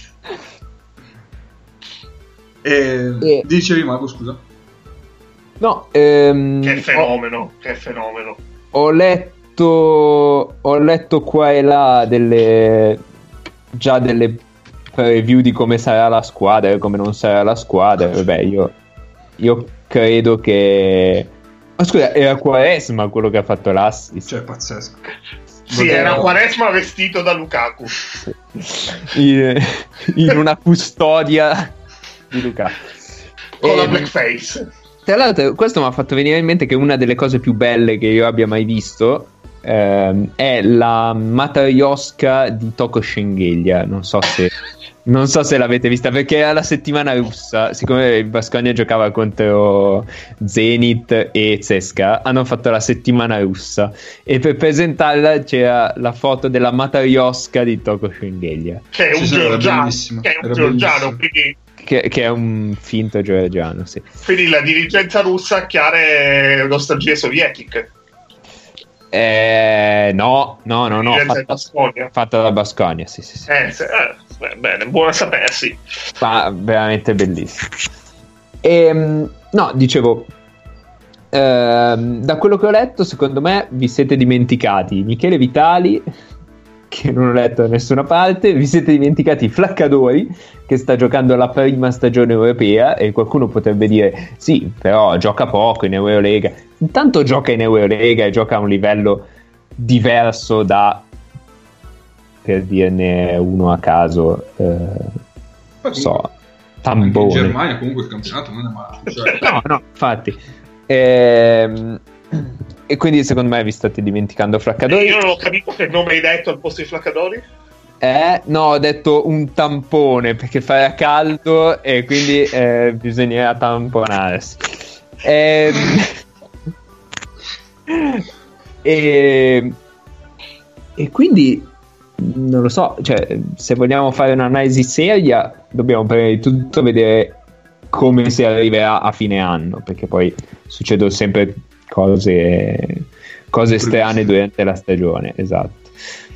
S1: Dicevi, Mago, scusa?
S2: No,
S3: che fenomeno.
S2: Ho letto qua e là delle preview di come sarà la squadra e come non sarà la squadra. Vabbè, io credo che... Ma scusa, era Quaresma quello che ha fatto l'assist?
S1: Cioè, pazzesco.
S3: Sì, era Quaresma vestito da Lukaku.
S2: In una custodia di Lukaku.
S3: Con la blackface.
S2: Tra l'altro, questo mi ha fatto venire in mente che una delle cose più belle che io abbia mai visto è la Matryoshka di Toko Schengelia. Non so se l'avete vista, perché era la settimana russa. Siccome il Baskonia giocava contro Zenit e CSKA, hanno fatto la settimana russa e per presentarla c'era la foto della Matryoshka di Toko Schengelia,
S3: che è un georgiano, quindi...
S2: Che è un finto georgiano, sì.
S3: Quindi la dirigenza russa ha chiare nostalgie sovietiche.
S2: No. Fatta da Baskonia, sì.
S3: Bene, buono a sapersi.
S2: Ma veramente bellissimo. No, dicevo, da quello che ho letto, secondo me vi siete dimenticati Michele Vitali, che non ho letto da nessuna parte. Vi siete dimenticati Flaccadori, che sta giocando la prima stagione europea, e qualcuno potrebbe dire sì, però gioca poco in Eurolega. Intanto gioca in Eurolega e gioca a un livello diverso da, per dirne uno a caso, Tambone.
S1: In Germania comunque il campionato non è male, cioè...
S2: no, infatti. E quindi secondo me vi state dimenticando Flaccadori.
S3: Io non ho capito che nome hai detto al posto di Flaccadori.
S2: No, ho detto un tampone perché fa caldo e quindi bisognerà tamponarsi. E quindi non lo so, cioè, se vogliamo fare un'analisi seria dobbiamo prima di tutto vedere come si arriverà a fine anno, perché poi succedono sempre cose strane durante la stagione, esatto.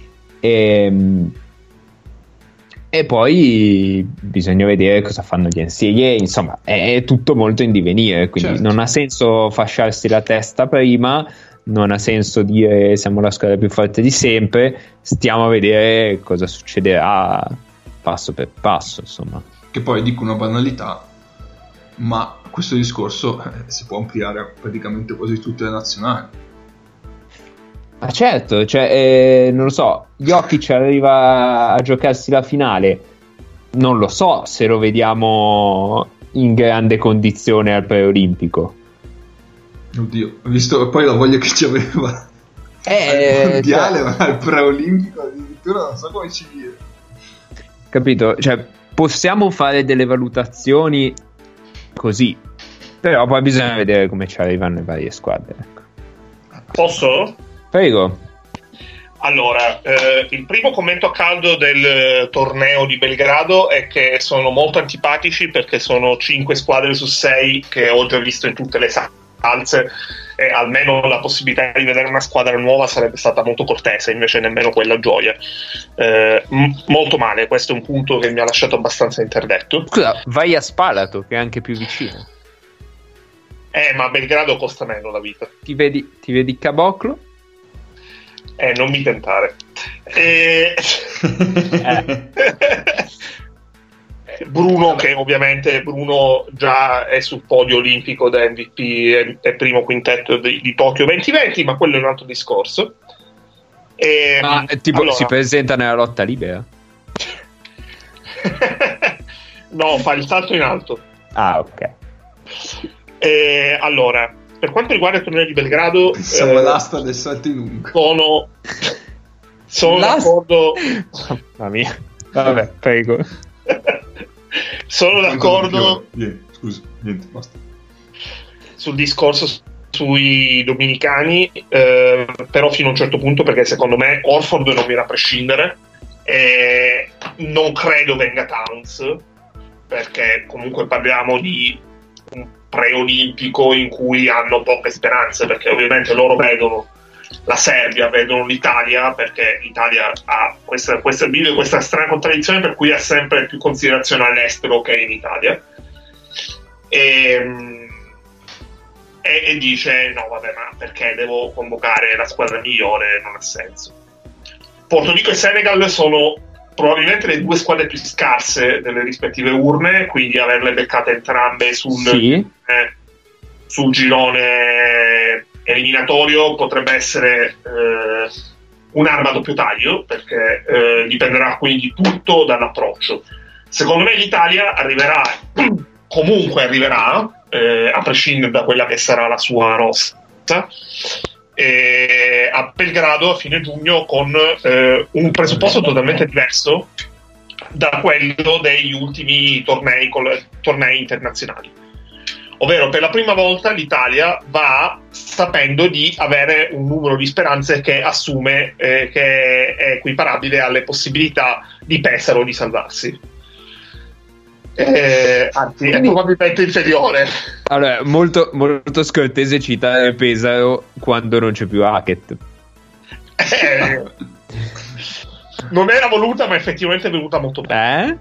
S2: E poi bisogna vedere cosa fanno gli NCAA, insomma è tutto molto in divenire, quindi certo. Non ha senso fasciarsi la testa prima, non ha senso dire siamo la squadra più forte di sempre, stiamo a vedere cosa succederà passo per passo, insomma.
S1: Che poi dico una banalità, ma questo discorso si può ampliare a praticamente quasi tutte le nazionali.
S2: Ma certo, cioè, non lo so, Jokic arriva a giocarsi la finale, non lo so se lo vediamo in grande condizione al preolimpico.
S1: Oddio, ho visto poi la voglia che ci aveva. al mondiale, ma al preolimpico addirittura non so come ci viene.
S2: Capito? Cioè, possiamo fare delle valutazioni così, però poi bisogna vedere come ci arrivano le varie squadre. Ecco.
S3: Posso?
S2: Prego.
S3: Allora, il primo commento a caldo del torneo di Belgrado è che sono molto antipatici perché sono 5 squadre su 6 che ho già visto in tutte le salse, e almeno la possibilità di vedere una squadra nuova sarebbe stata molto cortese, invece nemmeno quella gioia. Molto male, questo è un punto che mi ha lasciato abbastanza interdetto.
S2: Scusa, vai a Spalato, che è anche più vicino.
S3: Ma a Belgrado costa meno la vita.
S2: Ti vedi Caboclo?
S3: Non mi tentare. Bruno, che ovviamente Bruno già è sul podio olimpico da MVP, è primo quintetto di Tokyo 2020, ma quello è un altro discorso.
S2: Tipo,
S3: allora,
S2: si presenta nella lotta libera?
S3: No, fa il salto in alto.
S2: Ah, ok.
S3: Allora, per quanto riguarda il torneo di Belgrado,
S1: siamo all'asta del salto in lungo.
S3: Sono d'accordo.
S2: Mamma mia. Vabbè, prego.
S3: Sono d'accordo.
S1: Scusa, niente, basta.
S3: Sul discorso sui dominicani, però fino a un certo punto, perché secondo me Horford non viene a prescindere. Non credo venga Towns, perché comunque parliamo di un preolimpico in cui hanno poche speranze, perché ovviamente loro vedono la Serbia, vedono l'Italia, perché l'Italia ha questa strana contraddizione per cui ha sempre più considerazione all'estero che in Italia, e dice no vabbè, ma perché devo convocare la squadra migliore, non ha senso. Porto Rico e Senegal sono probabilmente le due squadre più scarse delle rispettive urne, quindi averle beccate entrambe sul girone eliminatorio potrebbe essere un'arma a doppio taglio, perché dipenderà quindi tutto dall'approccio. Secondo me l'Italia comunque arriverà, a prescindere da quella che sarà la sua rossa, a Belgrado a fine giugno con un presupposto totalmente diverso da quello degli ultimi tornei internazionali. Ovvero, per la prima volta l'Italia va sapendo di avere un numero di speranze che assume che è equiparabile alle possibilità di Pesaro di salvarsi. Anzi, è probabilmente inferiore.
S2: Allora, molto, molto scortese citare Pesaro quando non c'è più Hackett.
S3: Non era voluta, ma effettivamente è venuta molto bene.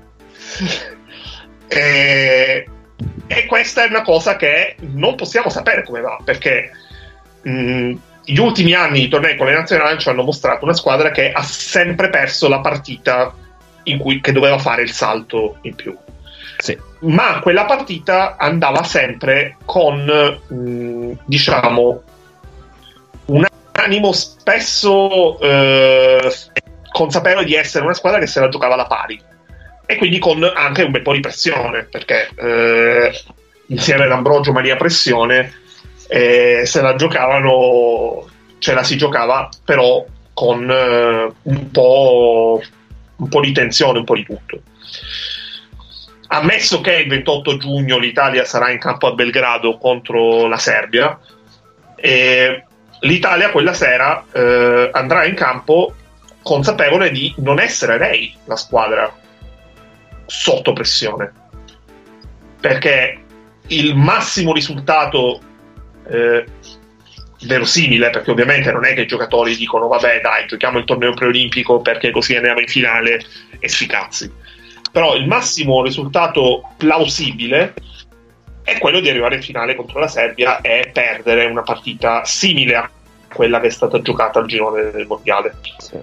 S3: E questa è una cosa che non possiamo sapere come va, perché gli ultimi anni di tornei con le nazionali ci hanno mostrato una squadra che ha sempre perso la partita che doveva fare il salto in più.
S2: Sì.
S3: Ma quella partita andava sempre con diciamo un animo spesso consapevole di essere una squadra che se la giocava alla pari, e quindi con anche un bel po' di pressione, perché insieme ad Ambrogio Maria pressione se la giocavano, ce la si giocava però con un po' di tensione, un po' di tutto. Ammesso che il 28 giugno l'Italia sarà in campo a Belgrado contro la Serbia, l'Italia quella sera andrà in campo consapevole di non essere lei la squadra sotto pressione, perché il massimo risultato verosimile, perché ovviamente non è che i giocatori dicono vabbè dai, giochiamo il torneo preolimpico perché così andiamo in finale e sti cazzi, però il massimo risultato plausibile è quello di arrivare in finale contro la Serbia e perdere una partita simile a quella che è stata giocata al girone del mondiale.
S2: Sì.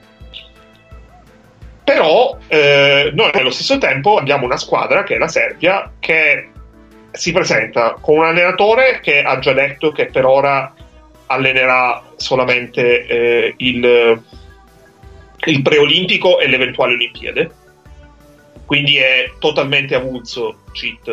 S3: Però noi allo stesso tempo abbiamo una squadra che è la Serbia, che si presenta con un allenatore che ha già detto che per ora allenerà solamente il preolimpico e l'eventuale Olimpiade, quindi è totalmente avulso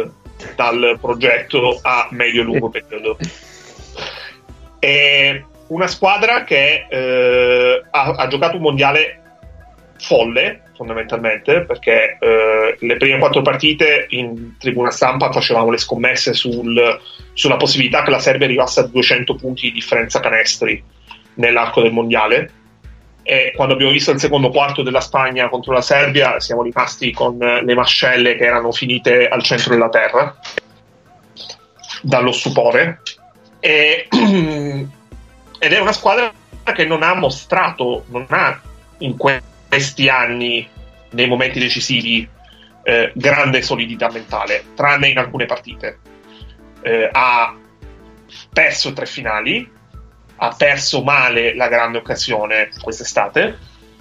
S3: dal progetto a medio-lungo periodo. E una squadra che ha giocato un mondiale folle, fondamentalmente, perché le prime 4 partite in tribuna stampa facevamo le scommesse sulla possibilità che la Serbia arrivasse a 200 punti di differenza canestri nell'arco del mondiale, e quando abbiamo visto il secondo quarto della Spagna contro la Serbia siamo rimasti con le mascelle che erano finite al centro della terra dallo stupore. Ed è una squadra che non ha in questi anni, nei momenti decisivi, grande solidità mentale, tranne in alcune partite. Ha perso 3 finali, ha perso male la grande occasione quest'estate.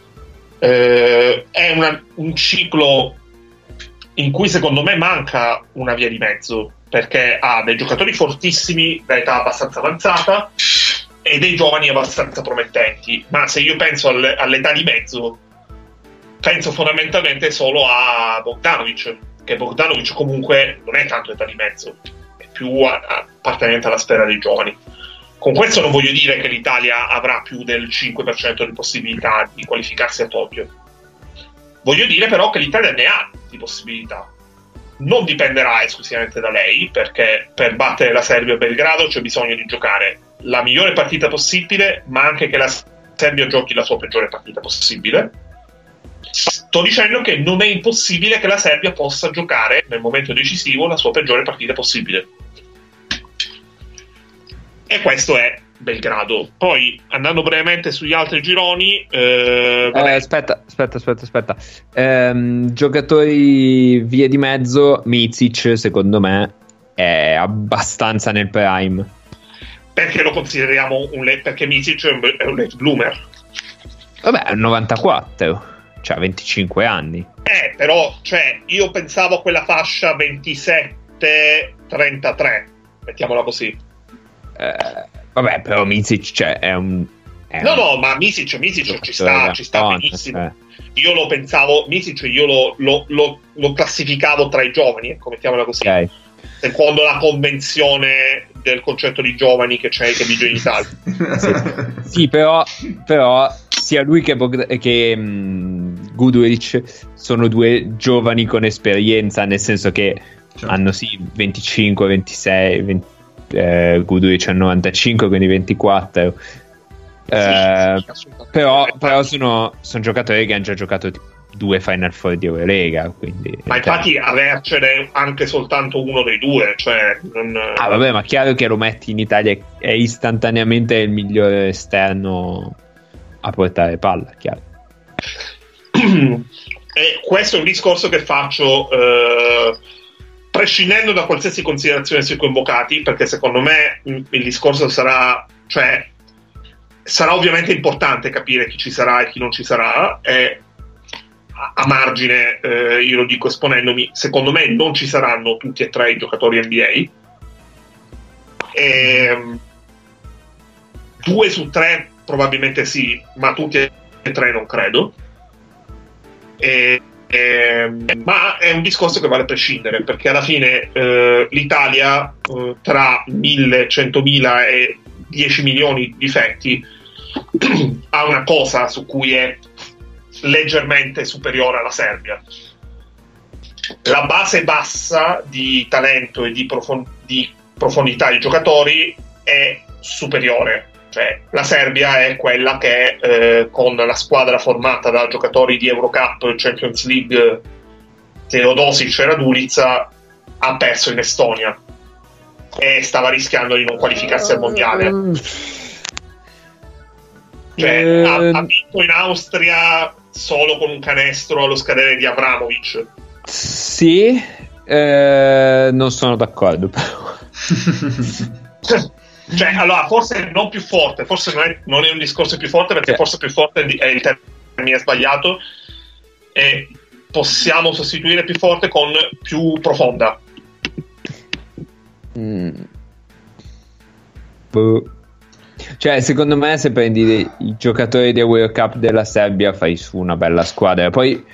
S3: È un ciclo in cui secondo me manca una via di mezzo, perché ha dei giocatori fortissimi da età abbastanza avanzata e dei giovani abbastanza promettenti, ma se io penso all'età di mezzo, penso fondamentalmente solo a Bogdanovic, che Bogdanovic comunque non è tanto età di mezzo, è più appartenente alla sfera dei giovani. Con questo non voglio dire che l'Italia avrà più del 5% di possibilità di qualificarsi a Tokyo. Voglio dire però che l'Italia ne ha di possibilità. Non dipenderà esclusivamente da lei, perché per battere la Serbia a Belgrado c'è bisogno di giocare la migliore partita possibile, ma anche che la Serbia giochi la sua peggiore partita possibile. Sto dicendo che non è impossibile che la Serbia possa giocare nel momento decisivo la sua peggiore partita possibile. E questo è Belgrado. Poi, andando brevemente sugli altri gironi,
S2: aspetta. Giocatori via di mezzo, Micic secondo me è abbastanza nel prime.
S3: Perché lo consideriamo perché Micic è un late bloomer.
S2: Vabbè, è un 94, cioè 25 anni.
S3: Però, cioè, io pensavo a quella fascia 27-33, mettiamola così.
S2: Vabbè, però Micic, cioè, è un...
S3: No, ma Micic ci sta benissimo. Io lo pensavo, Micic io lo classificavo tra i giovani, ecco, mettiamola così.
S2: Okay.
S3: Secondo la convenzione del concetto di giovani che c'è, che vige in Italia.
S2: Sì, però sia lui che Guduric sono 2 giovani con esperienza, nel senso che hanno sì 25, 26, Guduric ha 95, quindi 24. Però sono giocatori che hanno già giocato 2 Final Four di Eurolega, quindi,
S3: ma infatti avercene anche soltanto uno dei 2, cioè
S2: vabbè, ma chiaro che lo metti in Italia è istantaneamente il migliore esterno a portare palla, chiaro.
S3: E questo è un discorso che faccio prescindendo da qualsiasi considerazione sui convocati, perché secondo me il discorso sarà ovviamente importante capire chi ci sarà e chi non ci sarà, e a margine io lo dico esponendomi, secondo me non ci saranno tutti e 3 i giocatori NBA, 2 su 3 probabilmente sì, ma tutti e 3 non credo, ma è un discorso che vale prescindere, perché alla fine l'Italia tra 1.000, 100.000 e 10 milioni di difetti ha una cosa su cui è leggermente superiore alla Serbia: la base bassa di talento e di profondità di giocatori è superiore. Cioè, la Serbia è quella che con la squadra formata da giocatori di Eurocup, Champions League, Teodosic e Radulica, ha perso in Estonia e stava rischiando di non qualificarsi al mondiale. Cioè, ha vinto in Austria solo con un canestro allo scadere di Abramovic.
S2: Sì, non sono d'accordo però.
S3: Cioè, allora, forse non più forte, forse non è un discorso più forte, perché forse più forte è il termine sbagliato, e possiamo sostituire più forte con più profonda.
S2: Cioè, secondo me, se prendi i giocatori del World Cup della Serbia, fai su una bella squadra. Poi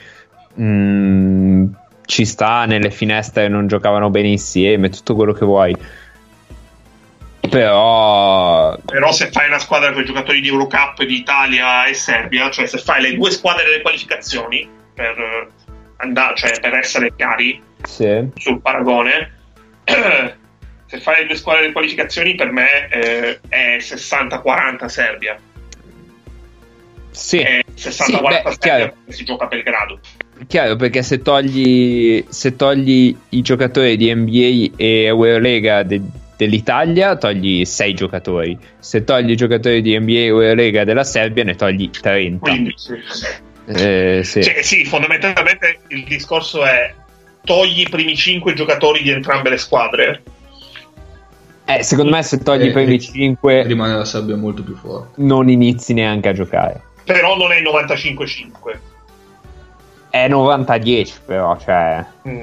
S2: ci sta, nelle finestre non giocavano bene insieme, tutto quello che vuoi. Però
S3: se fai una squadra con i giocatori di Eurocup di Italia e Serbia, cioè se fai le due squadre delle qualificazioni per essere chiari
S2: sì.
S3: sul paragone, se fai le due squadre delle qualificazioni, per me è 60-40 Serbia.
S2: Sì,
S3: è 60-40
S2: sì,
S3: Serbia, si gioca a Belgrado.
S2: Chiaro, perché se togli i giocatori di NBA e Eurolega dell'Italia, togli 6 giocatori. Se togli i giocatori di NBA e Eurolega della Serbia, ne togli 30.
S3: Quindi
S2: sì.
S3: Sì, fondamentalmente il discorso è: togli i primi 5 giocatori di entrambe le squadre.
S2: Secondo me se togli i primi 5
S1: rimane la Serbia molto più forte.
S2: Non inizi neanche a giocare.
S3: Però non è 95-5.
S2: È 90-10 però, cioè...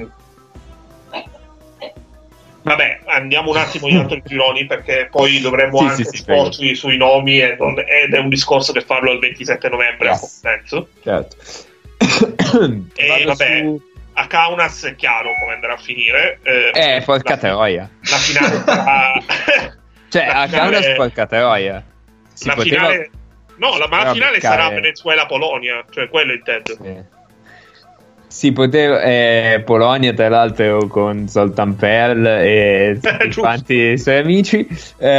S3: Vabbè, andiamo un attimo in altri gironi, perché poi dovremmo anche sporci sui nomi ed è un discorso che farlo il 27 novembre, penso.
S2: Certo.
S3: E vabbè, a Kaunas è chiaro come andrà a finire.
S2: Porca troia.
S3: La finale sarà...
S2: cioè, a Kaunas porca troia.
S3: Finale... No, la finale sarà Venezuela-Polonia, cioè quello intendo.
S2: Sì. Si poteva Polonia, tra l'altro, con Zoltan Perl e tutti quanti i suoi amici.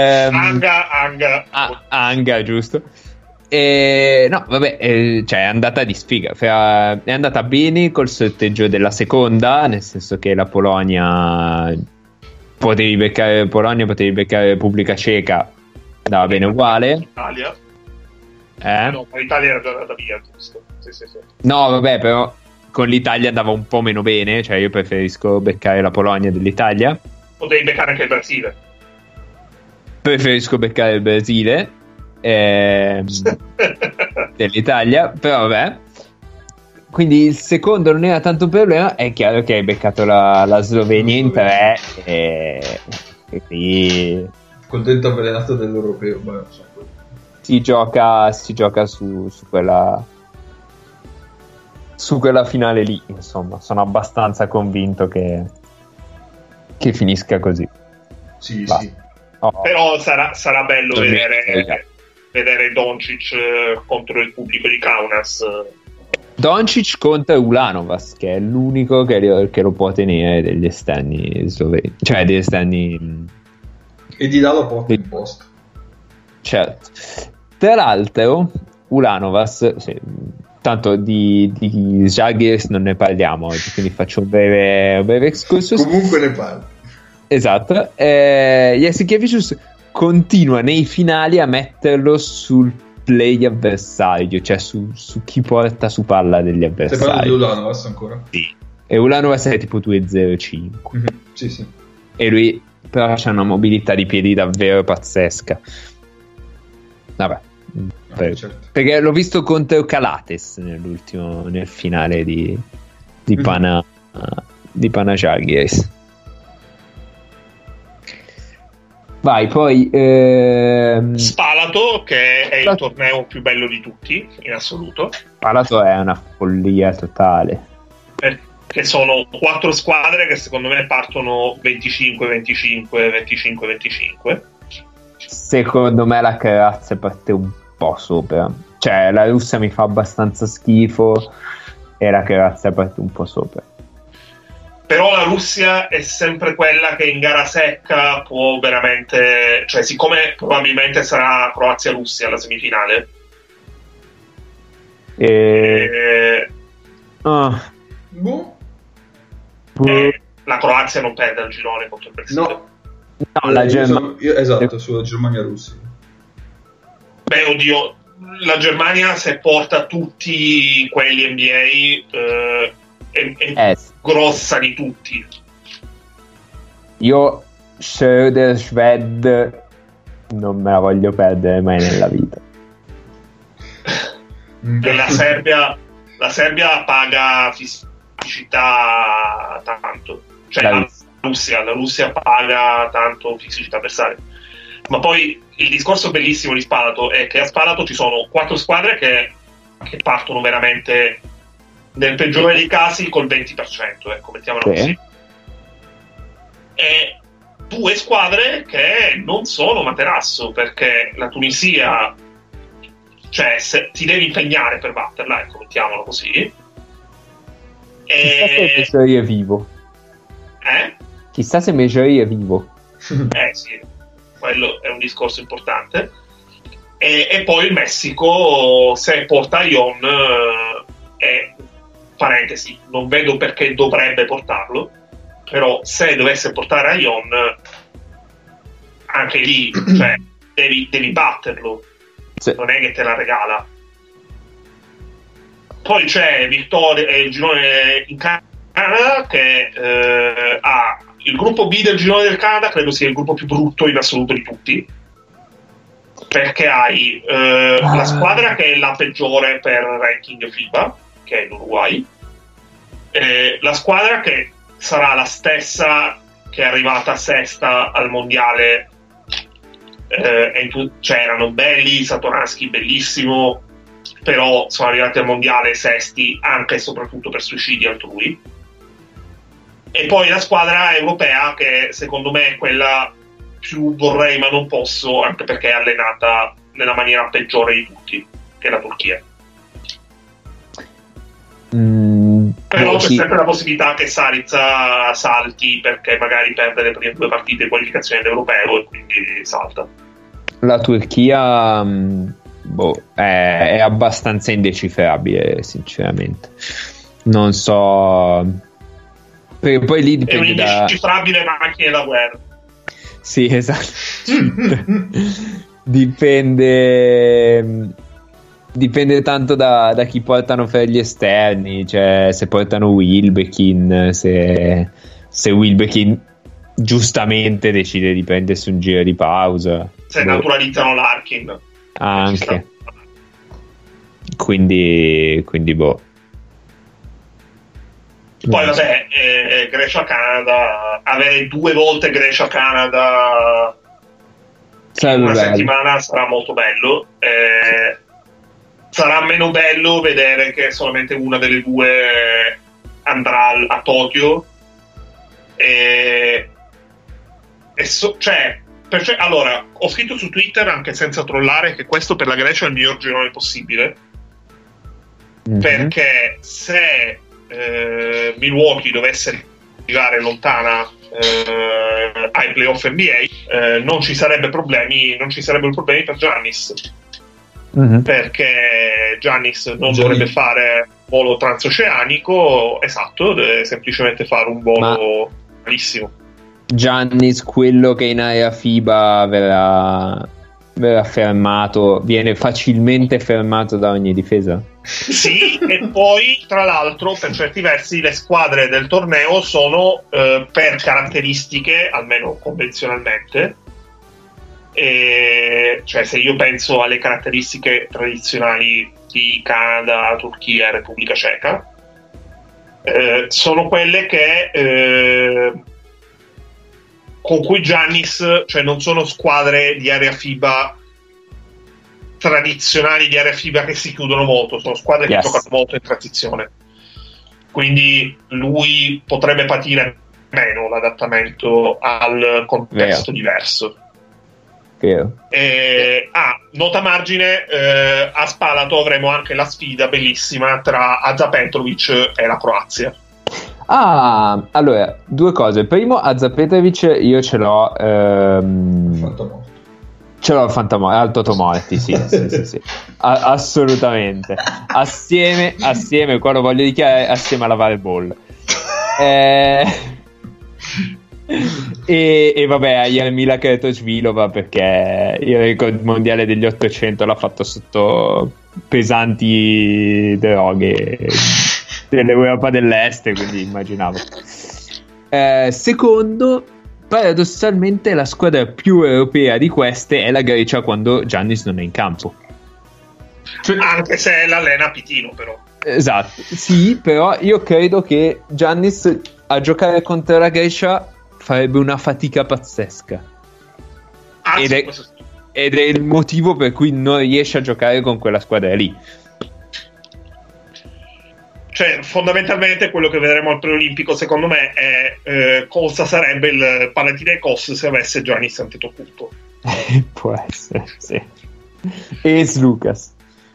S2: Anga, giusto. No, vabbè, cioè è andata di sfiga. È andata bene col sorteggio della seconda, nel senso che la Polonia potevi beccare Repubblica Ceca, andava bene uguale.
S3: Italia. No, ma l'Italia era già andata via, giusto? Sì.
S2: No, vabbè, però con l'Italia andava un po' meno bene, cioè io preferisco beccare la Polonia dell'Italia.
S3: Potevi beccare anche il Brasile.
S2: Preferisco beccare il Brasile dell'Italia, però vabbè. Quindi il secondo non era tanto un problema. È chiaro che hai beccato la Slovenia in 3 e quindi
S1: contento avvelenato dell'europeo. Beh,
S2: si gioca su quella finale lì, insomma. Sono abbastanza convinto che finisca così.
S1: Sì.
S2: Oh.
S3: Però sarà bello vedere Doncic contro il pubblico di Kaunas.
S2: Doncic contro Ulanovas, che è l'unico che lo può tenere degli esterni sloveni, cioè degli esterni,
S1: e di là lo porta in posto.
S2: Certo. Tra l'altro Ulanovas, tanto di Žalgiris non ne parliamo oggi, quindi faccio un breve excursus.
S1: Comunque ne parlo.
S2: Esatto. Jasikevičius continua nei finali a metterlo sul play avversario, cioè su chi porta su palla degli avversari.
S1: Stai parlando di Ulanovas ancora?
S2: Sì. E Ulanovas è tipo 2,05.
S1: Mm-hmm. Sì.
S2: E lui però c'ha una mobilità di piedi davvero pazzesca. Vabbè.
S1: Certo.
S2: Perché l'ho visto contro Calates nel finale di Pana Žalgiris. Vai, poi
S3: Spalato, che è il torneo più bello di tutti in assoluto.
S2: Spalato è una follia totale,
S3: perché sono 4 squadre che secondo me partono 25-25.
S2: Secondo me la Croazia parte un po' sopra, cioè la Russia mi fa abbastanza schifo e la Croazia parte un po' sopra.
S3: Però la Russia è sempre quella che in gara secca può veramente, cioè siccome probabilmente sarà Croazia-Russia alla semifinale, la Croazia non perde al girone contro il Brasile.
S1: No,
S2: la Germania.
S1: Esatto, sulla Germania-Russia.
S3: Beh, oddio, la Germania se porta tutti quelli NBA è grossa di tutti.
S2: Io Schwed non me la voglio perdere mai nella vita.
S3: La Serbia paga fisicità tanto, cioè la Russia paga tanto fisicità avversaria. Ma poi il discorso bellissimo di Spalato è che a Spalato ci sono 4 squadre che partono veramente nel peggiore dei casi col 20%, ecco, mettiamola così. E due squadre che non sono materasso, perché la Tunisia, cioè, ti devi impegnare per batterla, ecco, mettiamolo così.
S2: Chissà se Mejri è vivo. Chissà se Mejri è vivo.
S3: Sì, quello è un discorso importante. E poi il Messico, se porta Ion, parentesi, non vedo perché dovrebbe portarlo, però se dovesse portare Ion, anche lì, cioè, devi batterlo, sì. Non è che te la regala. Poi c'è Vittoria, il girone in Canada, che ha il gruppo B del girone del Canada, credo sia il gruppo più brutto in assoluto di tutti, perché hai la squadra che è la peggiore per ranking FIBA, che è l'Uruguay, la squadra che sarà la stessa che è arrivata sesta al mondiale, cioè erano belli, Satoransky bellissimo, però sono arrivati al mondiale sesti anche e soprattutto per suicidi altrui. E poi la squadra europea che secondo me è quella più vorrei ma non posso, anche perché è allenata nella maniera peggiore di tutti, che è la Turchia. Però c'è sempre la possibilità che Saritza salti, perché magari perde le prime due partite di qualificazione dell'europeo e quindi salta.
S2: La Turchia è abbastanza indecifrabile, sinceramente. Non so, perché poi lì dipende
S3: è un'indecifrabile macchina da guerra.
S2: Sì, esatto. Dipende tanto da chi portano per gli esterni, cioè se portano Wilbekin, se Wilbekin giustamente decide di prendersi un giro di pausa,
S3: se naturalizzano Larkin
S2: anche, quindi boh.
S3: Poi vabbè, Grecia-Canada, avere 2 volte Grecia-Canada in una settimana sarà molto bello. Sarà meno bello vedere che solamente una delle due andrà a Tokyo. Allora, ho scritto su Twitter, anche senza trollare, che questo per la Grecia è il miglior girone possibile. Mm-hmm. Perché se Milwaukee dovesse arrivare lontana ai playoff NBA, non ci sarebbero problemi per Giannis. Mm-hmm. Perché Giannis non dovrebbe fare volo transoceanico, esatto, deve semplicemente fare un volo malissimo.
S2: Giannis, quello che in area FIBA verrà fermato, viene facilmente fermato da ogni difesa.
S3: Sì, e poi tra l'altro per certi versi le squadre del torneo sono per caratteristiche, almeno convenzionalmente, cioè se io penso alle caratteristiche tradizionali di Canada, Turchia e Repubblica Ceca, sono quelle che con cui Giannis, cioè non sono squadre di area FIBA tradizionali di area FIBA che si chiudono molto, sono squadre che giocano molto in transizione, quindi lui potrebbe patire meno l'adattamento al contesto diverso. Nota margine, a Spalato avremo anche la sfida bellissima tra Aza Petrovic e la Croazia.
S2: Allora, 2 cose. Primo, Aza Petrovic io ce l'ho il Fantomorti, al Totomorti, sì. Assolutamente. Assieme, qua lo voglio dichiarare, assieme alla Vareball. E vabbè, a Jarmila Kratochvilova, perché il record mondiale degli 800 l'ha fatto sotto pesanti droghe dell'Europa dell'Est, quindi immaginavo. Secondo, paradossalmente la squadra più europea di queste è la Grecia quando Giannis non è in campo,
S3: anche se l'allena Pitino, però.
S2: Esatto, sì, però io credo che Giannis a giocare contro la Grecia farebbe una fatica pazzesca, ed è il motivo per cui non riesce a giocare con quella squadra lì.
S3: Cioè, fondamentalmente quello che vedremo al preolimpico, secondo me, è cosa sarebbe il Panathinaikos se avesse Giannis Antetokounmpo.
S2: Può essere, sì. E Lucas.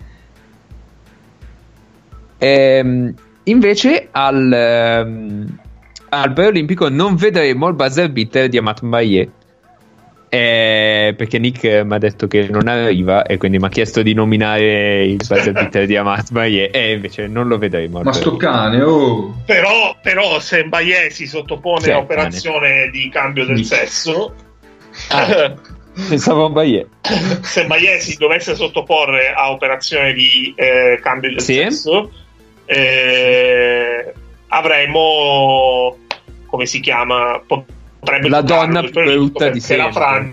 S2: Invece al preolimpico non vedremo il buzzer beater di Amat Mbaye, perché Nick mi ha detto che non arriva e quindi mi ha chiesto di nominare il buzzer beater di Amat Mbaye, e invece non lo vedremo.
S1: Ma sto cane, oh!
S3: Però se Mbaye si sottopone a operazione di cambio del sesso,
S2: pensavo a Mbaye.
S3: Se Mbaye si dovesse sottoporre a operazione di cambio del sesso, avremo, come si chiama, potrebbe
S2: la donna più brutta di sempre,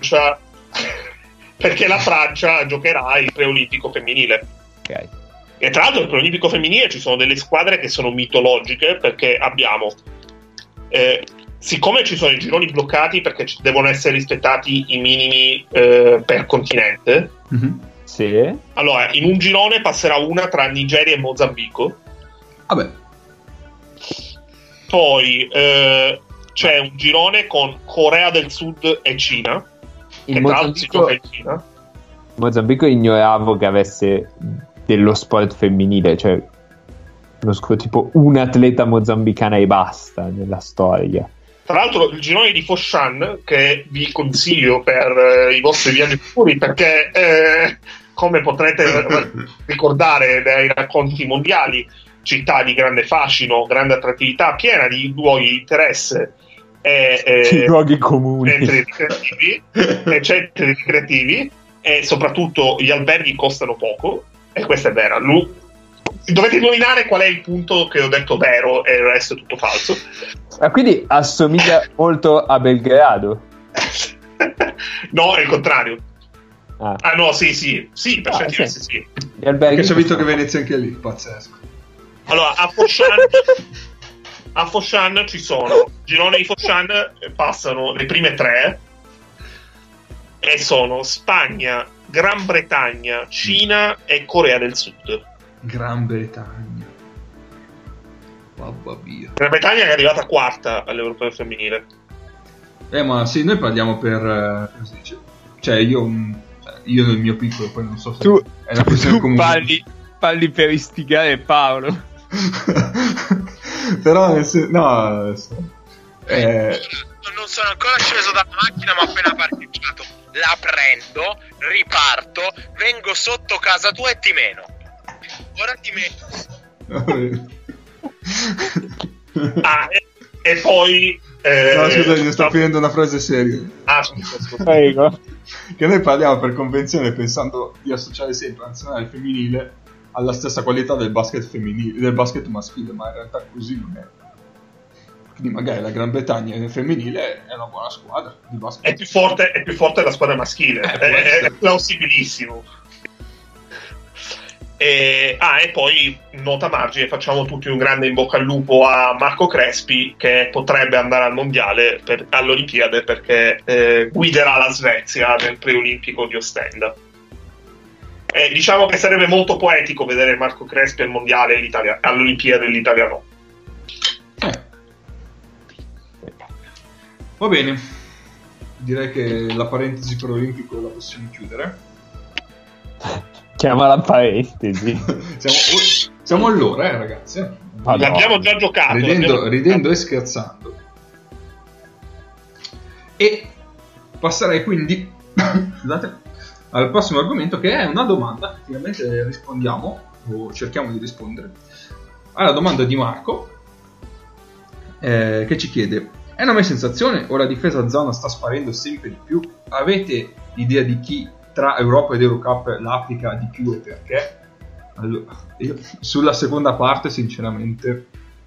S3: perché la Francia giocherà il preolimpico femminile.
S2: Okay.
S3: E tra l'altro il preolimpico femminile ci sono delle squadre che sono mitologiche, perché abbiamo siccome ci sono i gironi bloccati perché devono essere rispettati i minimi per continente,
S2: sì.
S3: Allora in un girone passerà una tra Nigeria e Mozambico.
S1: Vabbè.
S3: Poi c'è un girone con Corea del Sud e Cina.
S2: In Mozambico ignoravo che avesse dello sport femminile, cioè tipo un atleta mozambicana e basta nella storia.
S3: Tra l'altro il girone di Foshan, che vi consiglio per i vostri viaggi futuri, perché come potrete ricordare dai racconti mondiali, città di grande fascino, grande attrattività, piena di luoghi di interesse
S2: e luoghi comuni,
S3: centri ricreativi, e soprattutto gli alberghi costano poco, e questa è vera. Dovete indovinare qual è il punto che ho detto vero e il resto è tutto falso.
S2: Quindi assomiglia molto a Belgrado.
S3: No, è il contrario. No, sì, per certi versi sì.
S1: Perché ci ho visto che Venezia anche lì, pazzesco.
S3: Allora, a Foshan ci sono girone di Foshan, passano le prime 3 e sono Spagna, Gran Bretagna, Cina e Corea del Sud. Gran Bretagna che è arrivata quarta all'Europeo femminile.
S1: Ma sì, noi parliamo per cosa si dice? Cioè io nel mio piccolo, poi non so se
S2: tu,
S1: è una questione comune.
S2: Parli per istigare Paolo.
S1: Però
S4: non sono ancora sceso dalla macchina, ma ho appena parcheggiato. La prendo, riparto, vengo sotto casa tua e ti meno. Ora ti meno.
S3: E poi
S1: no, scusa, io sto finendo una frase seria.
S3: Scusa.
S2: Prego.
S1: Che noi parliamo per convenzione pensando di associare sempre la nazionale femminile alla stessa qualità del basket femminile, del basket maschile, ma in realtà così non è. Quindi magari la Gran Bretagna femminile è una buona squadra di basket.
S3: È più forte la squadra maschile, è plausibilissimo. E poi nota margine, facciamo tutti un grande in bocca al lupo a Marco Crespi, che potrebbe andare al mondiale all'Olimpiade, perché guiderà la Svezia nel preolimpico di Ostenda. Diciamo che sarebbe molto poetico vedere Marco Crespi al mondiale e all'Olimpiade e l'Italia no.
S1: Va bene, direi che la parentesi preolimpico la possiamo chiudere.
S2: Chiamala parentesi.
S1: Siamo all'ora, ragazzi.
S3: L'abbiamo già giocato.
S1: Ridendo e scherzando. E passerei quindi scusate, al prossimo argomento, che è una domanda che finalmente rispondiamo, o cerchiamo di rispondere alla domanda di Marco, che ci chiede: è una mia sensazione o la difesa a zona sta sparendo sempre di più? Avete idea di chi tra Europa ed Eurocup l'applica di più e perché? Allora, io sulla seconda parte sinceramente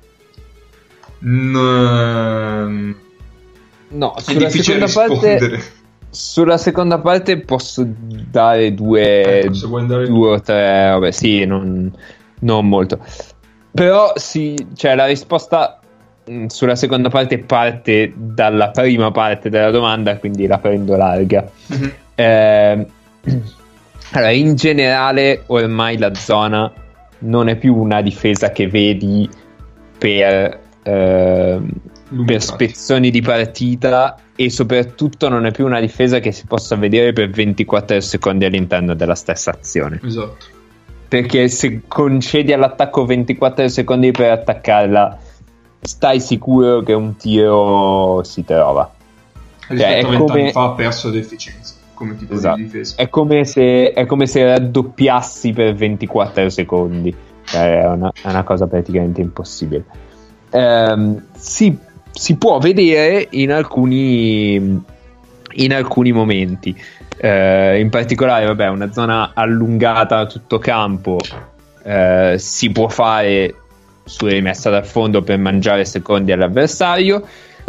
S2: no,
S1: sulla seconda parte
S2: sulla seconda parte posso dare due o tre, vabbè, sì, non molto, però sì, cioè la risposta sulla seconda parte dalla prima parte della domanda, quindi la prendo larga.
S1: Mm-hmm.
S2: Allora, in generale ormai la zona non è più una difesa che vedi per spezzoni di partita, e soprattutto non è più una difesa che si possa vedere per 24 secondi all'interno della stessa azione.
S1: Esatto.
S2: Perché se concedi all'attacco 24 secondi per attaccarla, stai sicuro che un tiro si trova.
S1: Rispetto a 20 anni fa ha perso d'efficienza come tipo di difesa. È come
S2: se raddoppiassi per 24 secondi. È una cosa praticamente impossibile. Si può vedere in alcuni momenti. In particolare, vabbè, una zona allungata a tutto campo si può fare su rimessa dal fondo per mangiare secondi all'avversario,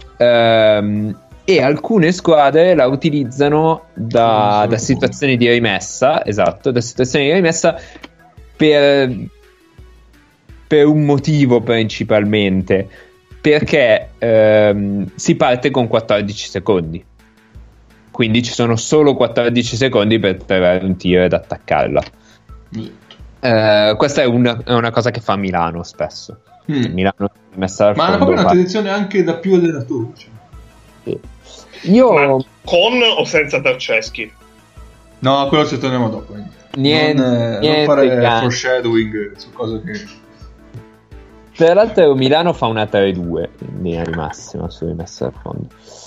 S2: e alcune squadre la utilizzano da situazioni di rimessa, esatto, da situazioni di rimessa per un motivo principalmente, perché si parte con 14 secondi. Quindi ci sono solo 14 secondi per trovare un tiro ed attaccarla. Questa è una cosa che fa Milano spesso. Milano è messa al
S1: ma
S2: fondo,
S1: è proprio una tradizione anche da più allenatori. Cioè.
S2: Sì.
S3: Ma con o senza Tarceschi?
S1: No, quello ci torniamo dopo.
S2: Niente,
S1: non fare foreshadowing su cose che...
S2: Tra l'altro Milano fa una 3-2 in linea di massima su rimessa al fondo.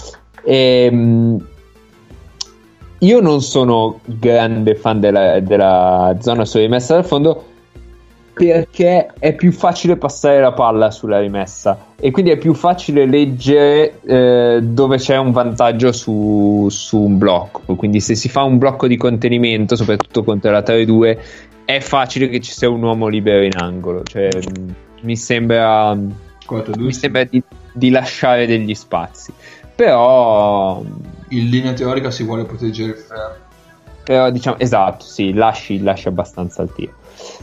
S2: Io non sono grande fan della zona su rimessa dal fondo, perché è più facile passare la palla sulla rimessa e quindi è più facile leggere dove c'è un vantaggio su un blocco. Quindi se si fa un blocco di contenimento, soprattutto contro la 3-2, è facile che ci sia un uomo libero in angolo. Cioè, mi sembra di lasciare degli spazi. Però
S1: in linea teorica si vuole proteggere il ferro.
S2: Però diciamo, esatto, sì, lasci abbastanza il tiro.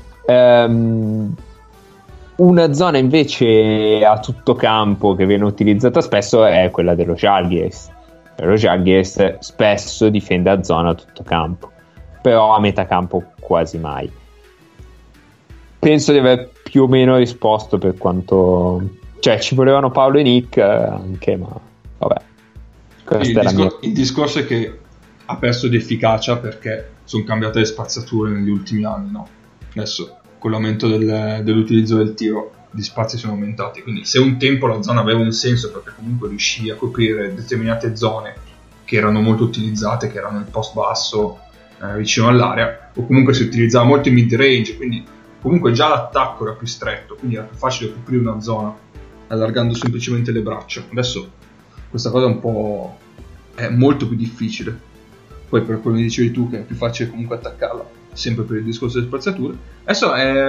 S2: Una zona invece a tutto campo che viene utilizzata spesso è quella dello Žalgiris. Lo Žalgiris spesso difende a zona a tutto campo, però a metà campo quasi mai. Penso di aver più o meno risposto, per quanto, cioè, ci volevano Paolo e Nick anche, ma vabbè.
S1: Il discorso è che ha perso di efficacia perché sono cambiate le spazzature negli ultimi anni, no? Adesso con l'aumento dell'utilizzo del tiro gli spazi sono aumentati, quindi se un tempo la zona aveva un senso perché comunque riuscivi a coprire determinate zone che erano molto utilizzate, che erano il post basso vicino all'area, o comunque si utilizzava molto in mid range, quindi comunque già l'attacco era più stretto, quindi era più facile coprire una zona allargando semplicemente le braccia. Adesso questa cosa è molto più difficile. Poi per come dicevi tu, che è più facile comunque attaccarla, sempre per il discorso delle spazzature. Adesso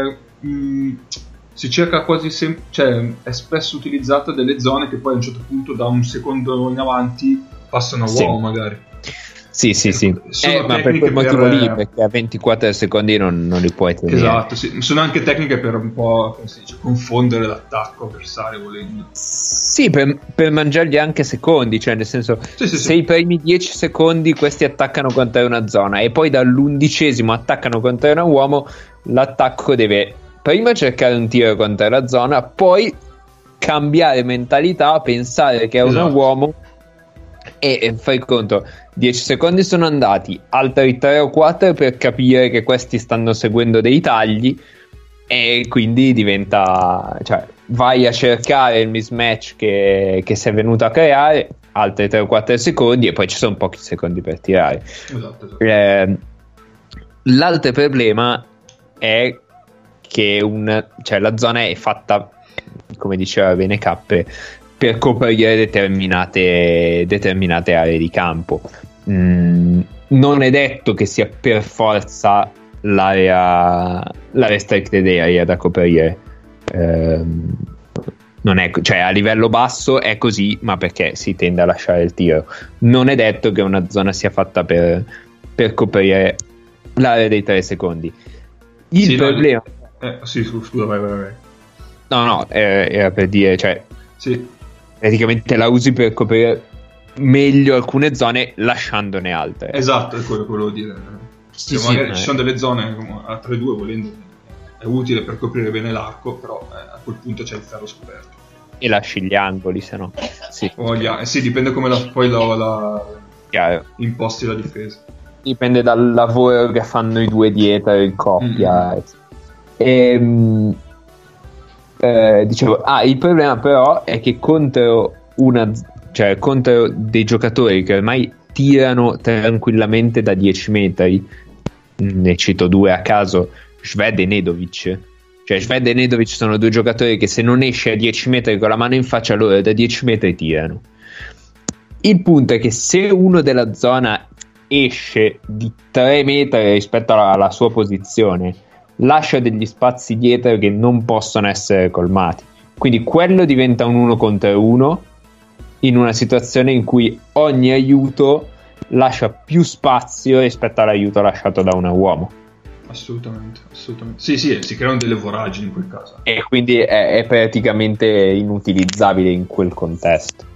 S1: si cerca quasi sempre, cioè è spesso utilizzata delle zone che poi a un certo punto da un secondo in avanti passano a uomo, magari.
S2: Sì. Ma per quel motivo lì, perché a 24 secondi non li puoi tenere.
S1: Esatto, sì. Sono anche tecniche per un po', come si dice, confondere l'attacco avversario volendo.
S2: Sì, per mangiargli anche secondi, cioè nel senso, se i primi 10 secondi questi attaccano contro una zona e poi dall'11° attaccano contro un uomo, l'attacco deve prima cercare un tiro contro la zona, poi cambiare mentalità, pensare che è un uomo e fai conto, 10 secondi sono andati, altri 3 o 4 per capire che questi stanno seguendo dei tagli, e quindi diventa, cioè vai a cercare il mismatch che si è venuto a creare, altri 3 o 4 secondi, e poi ci sono pochi secondi per tirare.
S1: Esatto.
S2: L'altro problema è che cioè la zona è fatta, come diceva bene Cappe, per coprire determinate aree di campo. Non è detto che sia per forza l'area restricted area da coprire. Non è, cioè a livello basso è così, ma perché si tende a lasciare il tiro. Non è detto che una zona sia fatta per coprire l'area dei 3 secondi. Il problema
S1: scusa, vai.
S2: No, era per dire, cioè
S1: sì, praticamente
S2: la usi per coprire meglio alcune zone lasciandone altre.
S1: Esatto, è quello che volevo dire. Magari ci sono delle zone a 3-2 volendo è utile per coprire bene l'arco, però a quel punto c'è il ferro scoperto.
S2: E lasci gli angoli, se no. Sì,
S1: Sì, dipende come poi
S2: chiaro.
S1: imposti la difesa.
S2: Dipende dal lavoro che fanno i due dietro in coppia. Dicevo, il problema però è che contro dei giocatori che ormai tirano tranquillamente da 10 metri, ne cito due a caso, Shved e Nedovic. Cioè Shved e Nedovic sono due giocatori che se non esce a 10 metri con la mano in faccia, loro da 10 metri tirano. Il punto è che se uno della zona esce di 3 metri rispetto alla sua posizione, lascia degli spazi dietro che non possono essere colmati, quindi quello diventa un 1 contro 1 in una situazione in cui ogni aiuto lascia più spazio rispetto all'aiuto lasciato da un uomo.
S1: Assolutamente. Sì, si creano delle voragini in quel caso.
S2: E quindi è praticamente inutilizzabile in quel contesto.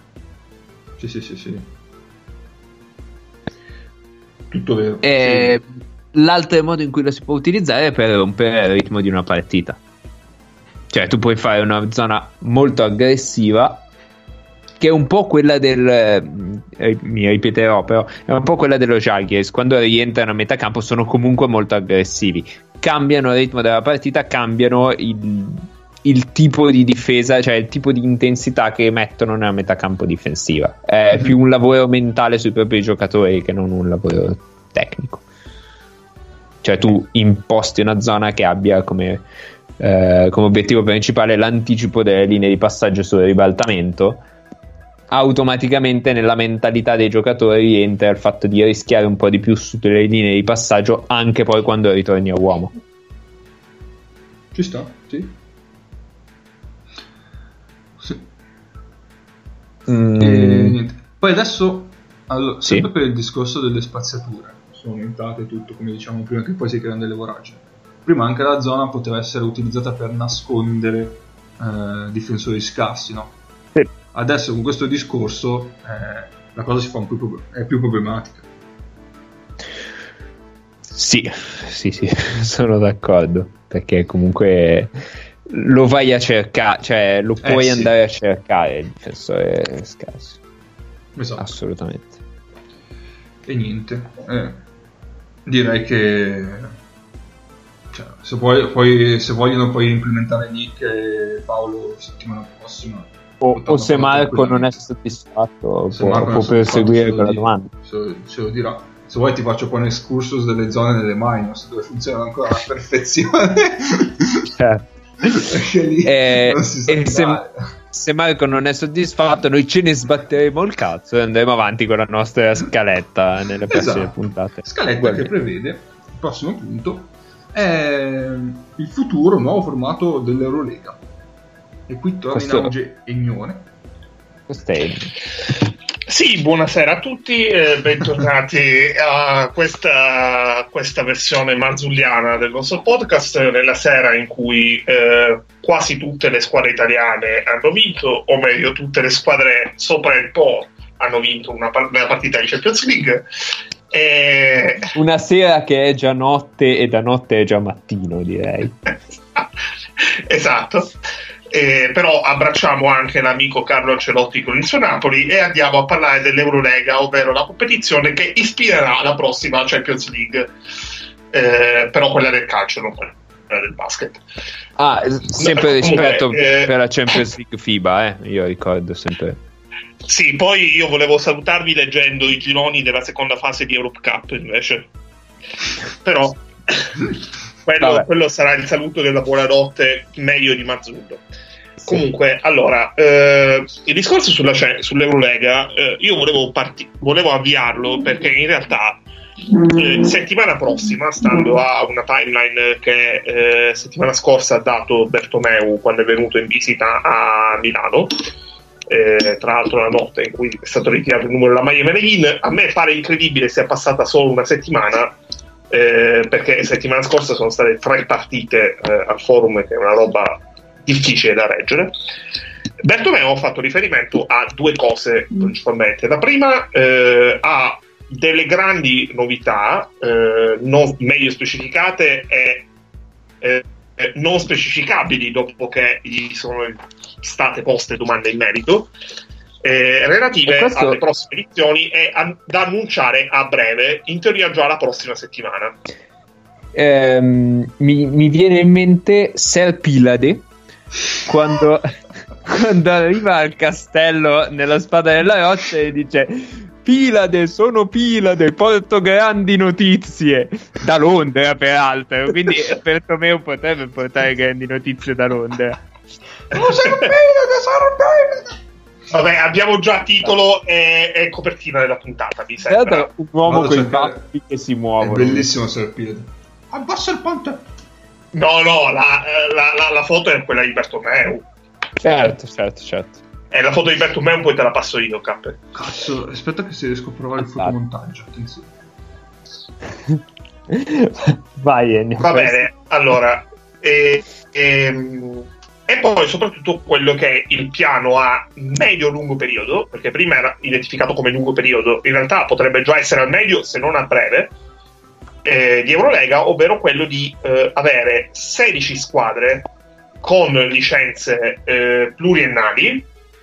S1: Sì. Tutto vero.
S2: Sì. L'altro modo in cui lo si può utilizzare è per rompere il ritmo di una partita. Cioè tu puoi fare una zona molto aggressiva, che è un po' quella mi ripeterò, però è un po' quella dello Žalgiris. Quando rientrano a metà campo sono comunque molto aggressivi, cambiano il ritmo della partita, cambiano il tipo di difesa, cioè il tipo di intensità che mettono nella metà campo difensiva. È più un lavoro mentale sui propri giocatori che non un lavoro tecnico. Cioè tu imposti una zona che abbia come obiettivo principale l'anticipo delle linee di passaggio sul ribaltamento. Automaticamente nella mentalità dei giocatori entra il fatto di rischiare un po' di più sulle linee di passaggio anche poi quando ritorni a uomo.
S1: Ci sta, sì. Niente. Poi adesso sempre per il discorso delle spaziature sono aumentate tutto, come diciamo prima, che poi si creano delle voragini. Prima anche la zona poteva essere utilizzata per nascondere difensori scarsi, no?
S2: Sì.
S1: Adesso con questo discorso la cosa si fa è più problematica.
S2: Sì, sono d'accordo, perché comunque lo vai a cercare, cioè lo puoi andare a cercare il difensore scarso.
S1: Esatto.
S2: Assolutamente.
S1: E niente, direi che se vogliono poi implementare Nick e Paolo settimana prossima,
S2: o se Marco non è soddisfatto può proseguire con la domanda,
S1: se lo dirà. Se vuoi ti faccio poi un excursus delle zone delle minors dove funzionano ancora alla perfezione.
S2: Certo.
S1: Lì non si sa
S2: se Marco non è soddisfatto, noi ce ne sbatteremo il cazzo e andremo avanti con la nostra scaletta nelle prossime puntate.
S1: Scaletta che prevede, il prossimo punto è il futuro nuovo formato dell'Eurolega, e qui torna in auge Egnone.
S3: Sì, buonasera a tutti, bentornati a questa versione marzulliana del nostro podcast, nella sera in cui quasi tutte le squadre italiane hanno vinto, o meglio tutte le squadre sopra il Po hanno vinto una partita di Champions League.
S2: Una sera che è già notte e da notte è già mattino, direi.
S3: Esatto. Però abbracciamo anche l'amico Carlo Ancelotti con il suo Napoli e andiamo a parlare dell'Eurolega, ovvero la competizione che ispirerà la prossima Champions League, però quella del calcio, non quella del basket.
S2: Sempre rispetto per la Champions League FIBA, io ricordo sempre.
S3: Sì, poi io volevo salutarvi leggendo i gironi della seconda fase di Europe Cup invece, però quello sarà il saluto della buonanotte meglio di Mazzurro. Sì. Comunque, allora, il discorso sull'Eurolega, io volevo avviarlo perché in realtà settimana prossima, stando a una timeline che settimana scorsa ha dato Bertomeu quando è venuto in visita a Milano, tra l'altro la notte in cui è stato ritirato il numero della maglia Medellin, a me pare incredibile sia passata solo una settimana, perché settimana scorsa sono state 3 partite al forum, che è una roba difficile da reggere. Bertomeu ha fatto riferimento a 2 cose principalmente. La prima, ha delle grandi novità non meglio specificate, e non specificabili dopo che gli sono state poste domande in merito, relative alle prossime edizioni e da annunciare a breve, in teoria già la prossima settimana.
S2: Mi viene in mente Ser Pilade quando arriva al castello nella Spada della Roccia e dice: Pilade, sono Pilade, porto grandi notizie da Londra, peraltro, quindi Bertomeu potrebbe portare grandi notizie da Londra.
S1: Sono Pilade.
S3: Vabbè, abbiamo già titolo e copertina della puntata, mi sembra.
S2: Un uomo con i baffi che si muovono.
S1: È bellissimo Ser Pilade. Abbassa il ponte.
S3: No, la foto è quella di Bertomeu.
S2: Certo.
S3: La foto di Bertomeu poi te la passo io, Cappe.
S1: Cazzo, aspetta che se riesco a provare il fotomontaggio. Attenzione.
S2: Vai, Ennio.
S3: Va bene, allora. E poi soprattutto quello che è il piano a medio-lungo periodo, perché prima era identificato come lungo periodo, in realtà potrebbe già essere al medio, se non a breve, di Eurolega, ovvero quello di avere 16 squadre con licenze pluriennali.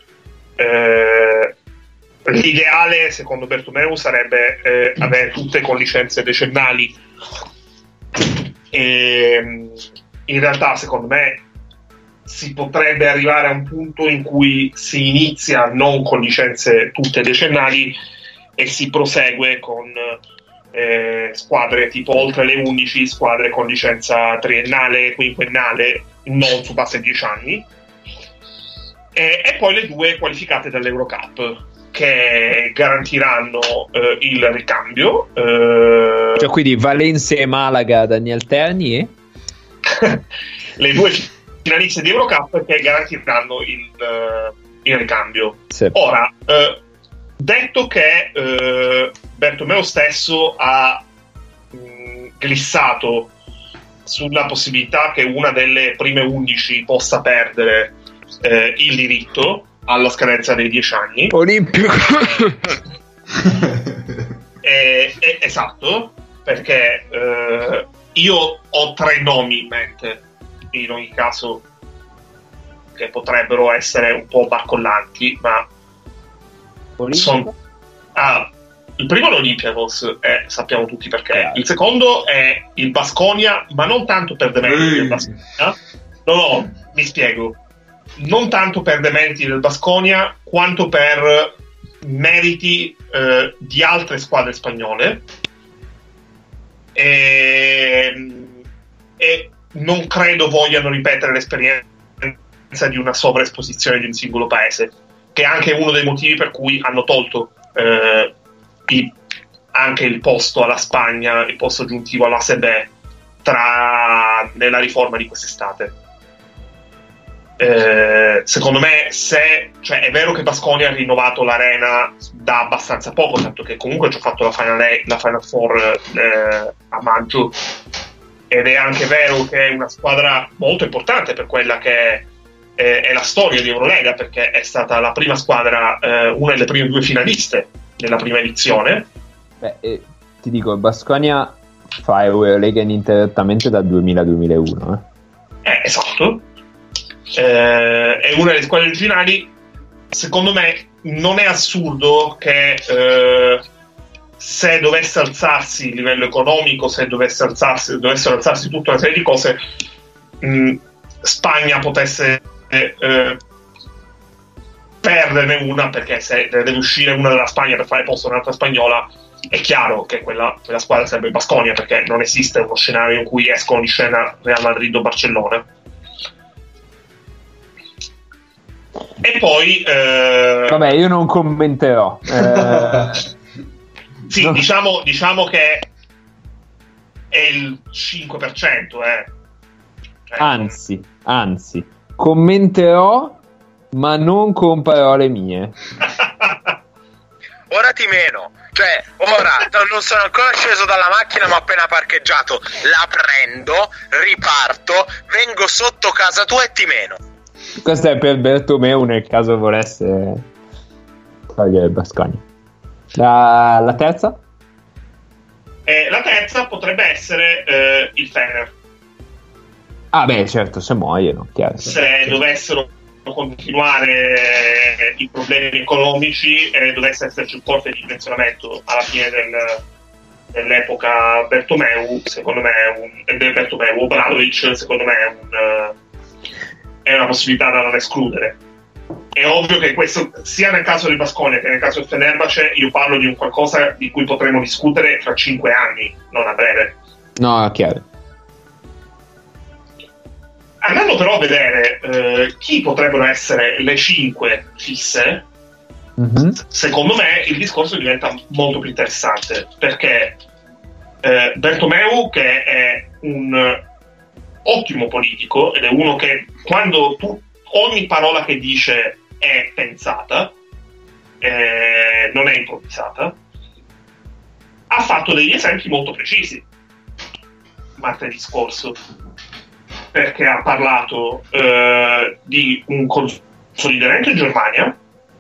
S3: L'ideale, secondo Bertomeu, sarebbe avere tutte con licenze decennali. In realtà, secondo me, si potrebbe arrivare a un punto in cui si inizia non con licenze tutte decennali e si prosegue con squadre tipo oltre le 11 squadre con licenza triennale, quinquennale, non su base 10 anni, e poi le 2 qualificate dall'Eurocup che garantiranno il ricambio,
S2: cioè quindi Valencia e Malaga, Daniel Terni
S3: le 2 finaliste di Eurocup che garantiranno il ricambio.
S2: Sì.
S3: Ora, detto che Bertomeu stesso ha glissato sulla possibilità che una delle prime 11 possa perdere il diritto alla scadenza dei 10 anni
S2: olimpico.
S3: Esatto, perché io ho 3 nomi in mente in ogni caso che potrebbero essere un po' barcollanti, ma sono il primo è l'Olympiakos, sappiamo tutti perché. Il secondo è il Baskonia, ma non tanto per demeriti del Baskonia. No, mi spiego. Non tanto per demeriti del Baskonia, quanto per meriti di altre squadre spagnole. E non credo vogliano ripetere l'esperienza di una sovraesposizione di un singolo paese, che è anche uno dei motivi per cui hanno tolto anche il posto alla Spagna, il posto aggiuntivo alla Sebe nella riforma di quest'estate. Secondo me, è vero che Baskonia ha rinnovato l'arena da abbastanza poco, tanto che comunque ci ha fatto la Final Four a maggio, ed è anche vero che è una squadra molto importante per quella che è la storia di Eurolega, perché è stata la prima squadra, una delle prime 2 finaliste nella prima edizione.
S2: Ti dico, Baskonia fa Eurolega ininterrottamente dal 2000-2001.
S3: Esatto. È una delle squadre originali. Secondo me non è assurdo che se dovesse alzarsi il livello economico, se dovessero alzarsi tutta una serie di cose, Spagna potesse perderne una, perché se deve uscire una dalla Spagna per fare posto a un'altra spagnola, è chiaro che quella squadra sarebbe Baskonia, perché non esiste uno scenario in cui escono di scena Real Madrid o Barcellona. E poi
S2: vabbè, io non commenterò.
S3: Sì, no. diciamo che è il 5%,
S2: Anzi, commenterò, ma non con parole mie.
S4: Ora ti meno, cioè ora non sono ancora sceso dalla macchina, ma ho appena parcheggiato, la prendo, riparto, vengo sotto casa tua e ti meno.
S2: Questo è per Bertomeu nel caso volesse togliere Baskonia. La terza?
S3: La terza potrebbe essere il Fener.
S2: Ah beh, certo, se muoiono, chiaro.
S3: Se dovessero continuare i problemi economici e dovesse esserci un forte dimensionamento alla fine dell'epoca Bertomeu, secondo me Obradovic, secondo me è una possibilità da non escludere. È ovvio che questo, sia nel caso del Baskonia che nel caso del Fenerbahce, io parlo di un qualcosa di cui potremo discutere tra 5 anni, non a breve.
S2: No, chiaro.
S3: Andando però a vedere chi potrebbero essere le 5 fisse, secondo me il discorso diventa molto più interessante, perché Bertomeu, che è un ottimo politico ed è uno che quando ogni parola che dice è pensata, non è improvvisata, ha fatto degli esempi molto precisi martedì scorso, perché ha parlato di un consolidamento in Germania,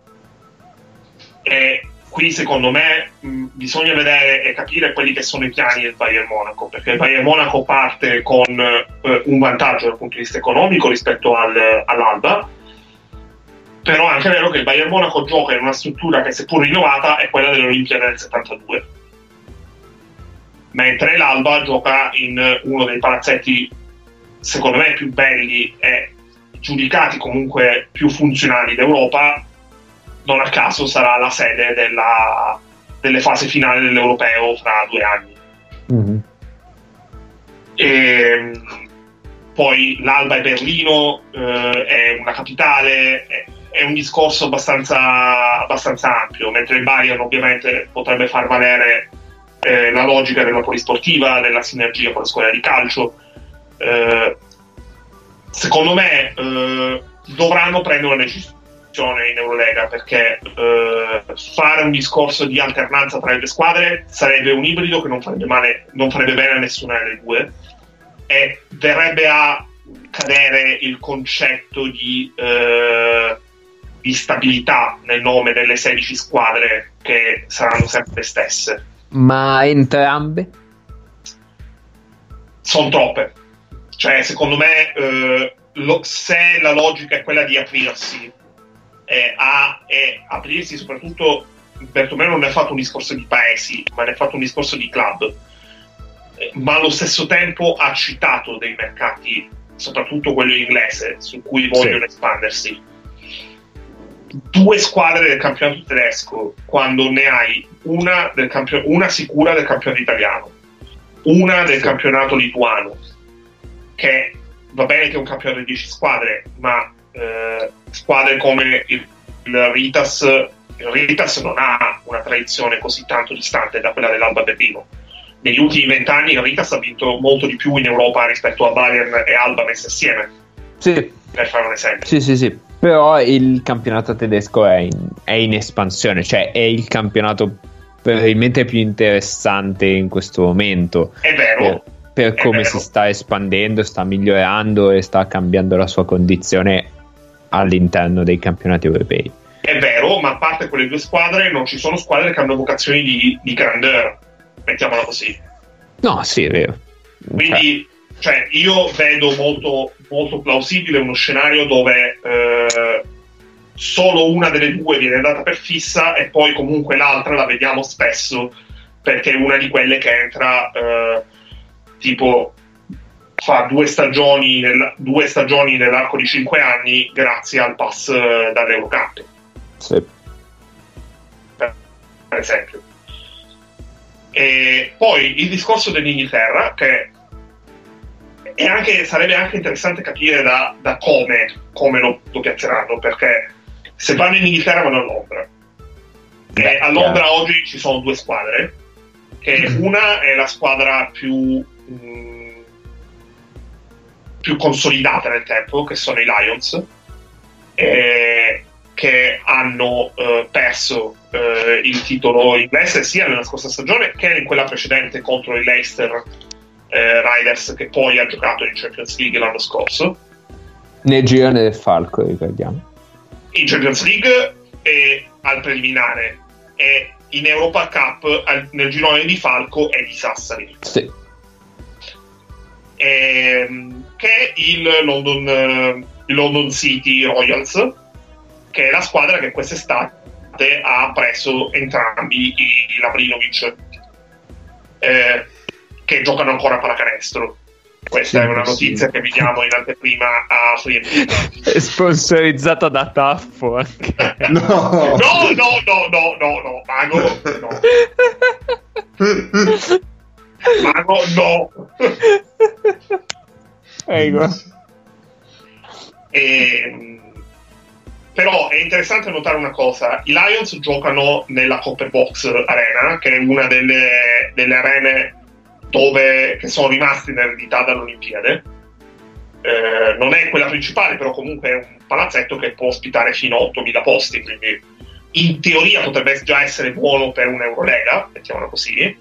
S3: e qui secondo me bisogna vedere e capire quelli che sono i piani del Bayern Monaco, perché il Bayern Monaco parte con un vantaggio dal punto di vista economico rispetto all'Alba, però è anche vero che il Bayern Monaco gioca in una struttura che, seppur rinnovata, è quella dell'Olimpiade del 72, mentre l'Alba gioca in uno dei palazzetti secondo me più belli e giudicati comunque più funzionali d'Europa. Non a caso sarà la sede delle fasi finali dell'Europeo fra 2 anni. E poi l'Alba è Berlino, è una capitale, è un discorso abbastanza ampio, mentre il Bayern ovviamente potrebbe far valere la logica della polisportiva, della sinergia con la scuola di calcio. Secondo me dovranno prendere una decisione in Eurolega, perché fare un discorso di alternanza tra le due squadre sarebbe un ibrido che non farebbe bene a nessuna delle due, e verrebbe a cadere il concetto di stabilità nel nome delle 16 squadre che saranno sempre le stesse.
S2: Ma entrambe?
S3: Sono troppe. Cioè, secondo me, se la logica è quella di aprirsi, e aprirsi soprattutto, Bertomeu non ne ha fatto un discorso di paesi, ma ne ha fatto un discorso di club, ma allo stesso tempo ha citato dei mercati, soprattutto quello inglese, su cui vogliono espandersi. 2 squadre del campionato tedesco, quando ne hai una sicura del campionato italiano, una del campionato lituano, che va bene che è un campionato di 10 squadre, ma squadre come il Ritas non ha una tradizione così tanto distante da quella dell'Alba Berlino. Negli ultimi 20 anni il Ritas ha vinto molto di più in Europa rispetto a Bayern e Alba messe assieme, per fare un esempio.
S2: Sì. Però il campionato tedesco è in espansione, cioè è il campionato probabilmente più interessante in questo momento.
S3: È vero.
S2: Per come si sta espandendo, sta migliorando e sta cambiando la sua condizione all'interno dei campionati europei.
S3: È vero, ma a parte quelle 2 squadre non ci sono squadre che hanno vocazioni di grandeur, mettiamola così.
S2: No, sì, è vero.
S3: Quindi cioè, io vedo molto, molto plausibile uno scenario dove solo una delle 2 viene data per fissa e poi comunque l'altra la vediamo spesso, perché è una di quelle che entra tipo fa 2 stagioni nell'arco di 5 anni grazie al pass dall'Eurocup, per esempio. E poi il discorso dell'Inghilterra, che sarebbe anche interessante capire da come lo piazzeranno, perché se vanno in Inghilterra vanno a Londra, e a Londra oggi ci sono 2 squadre, che una è la squadra più consolidata nel tempo, che sono i Lions, che hanno perso il titolo inglese sia nella scorsa stagione che in quella precedente contro i Leicester Riders, che poi ha giocato in Champions League l'anno scorso,
S2: nel girone del Falco, ricordiamo, in
S3: Champions League e al preliminare, e in Europa Cup nel girone di Falco e di Sassari. che il London City Royals, che è la squadra che quest'estate ha preso entrambi i Lavrinovic, che giocano ancora a pallacanestro. Questa è una notizia che vediamo in anteprima a Free.
S2: È sponsorizzata da Taffo anche.
S1: No,
S3: Mago, no. Mago, no.
S2: Ecco.
S3: Però è interessante notare una cosa: i Lions giocano nella Copper Box Arena, che è una delle arene che sono rimasti in eredità dall'Olimpiade. Non è quella principale, però comunque è un palazzetto che può ospitare fino a 8.000 posti, quindi in teoria potrebbe già essere buono per un'Eurolega, mettiamola così.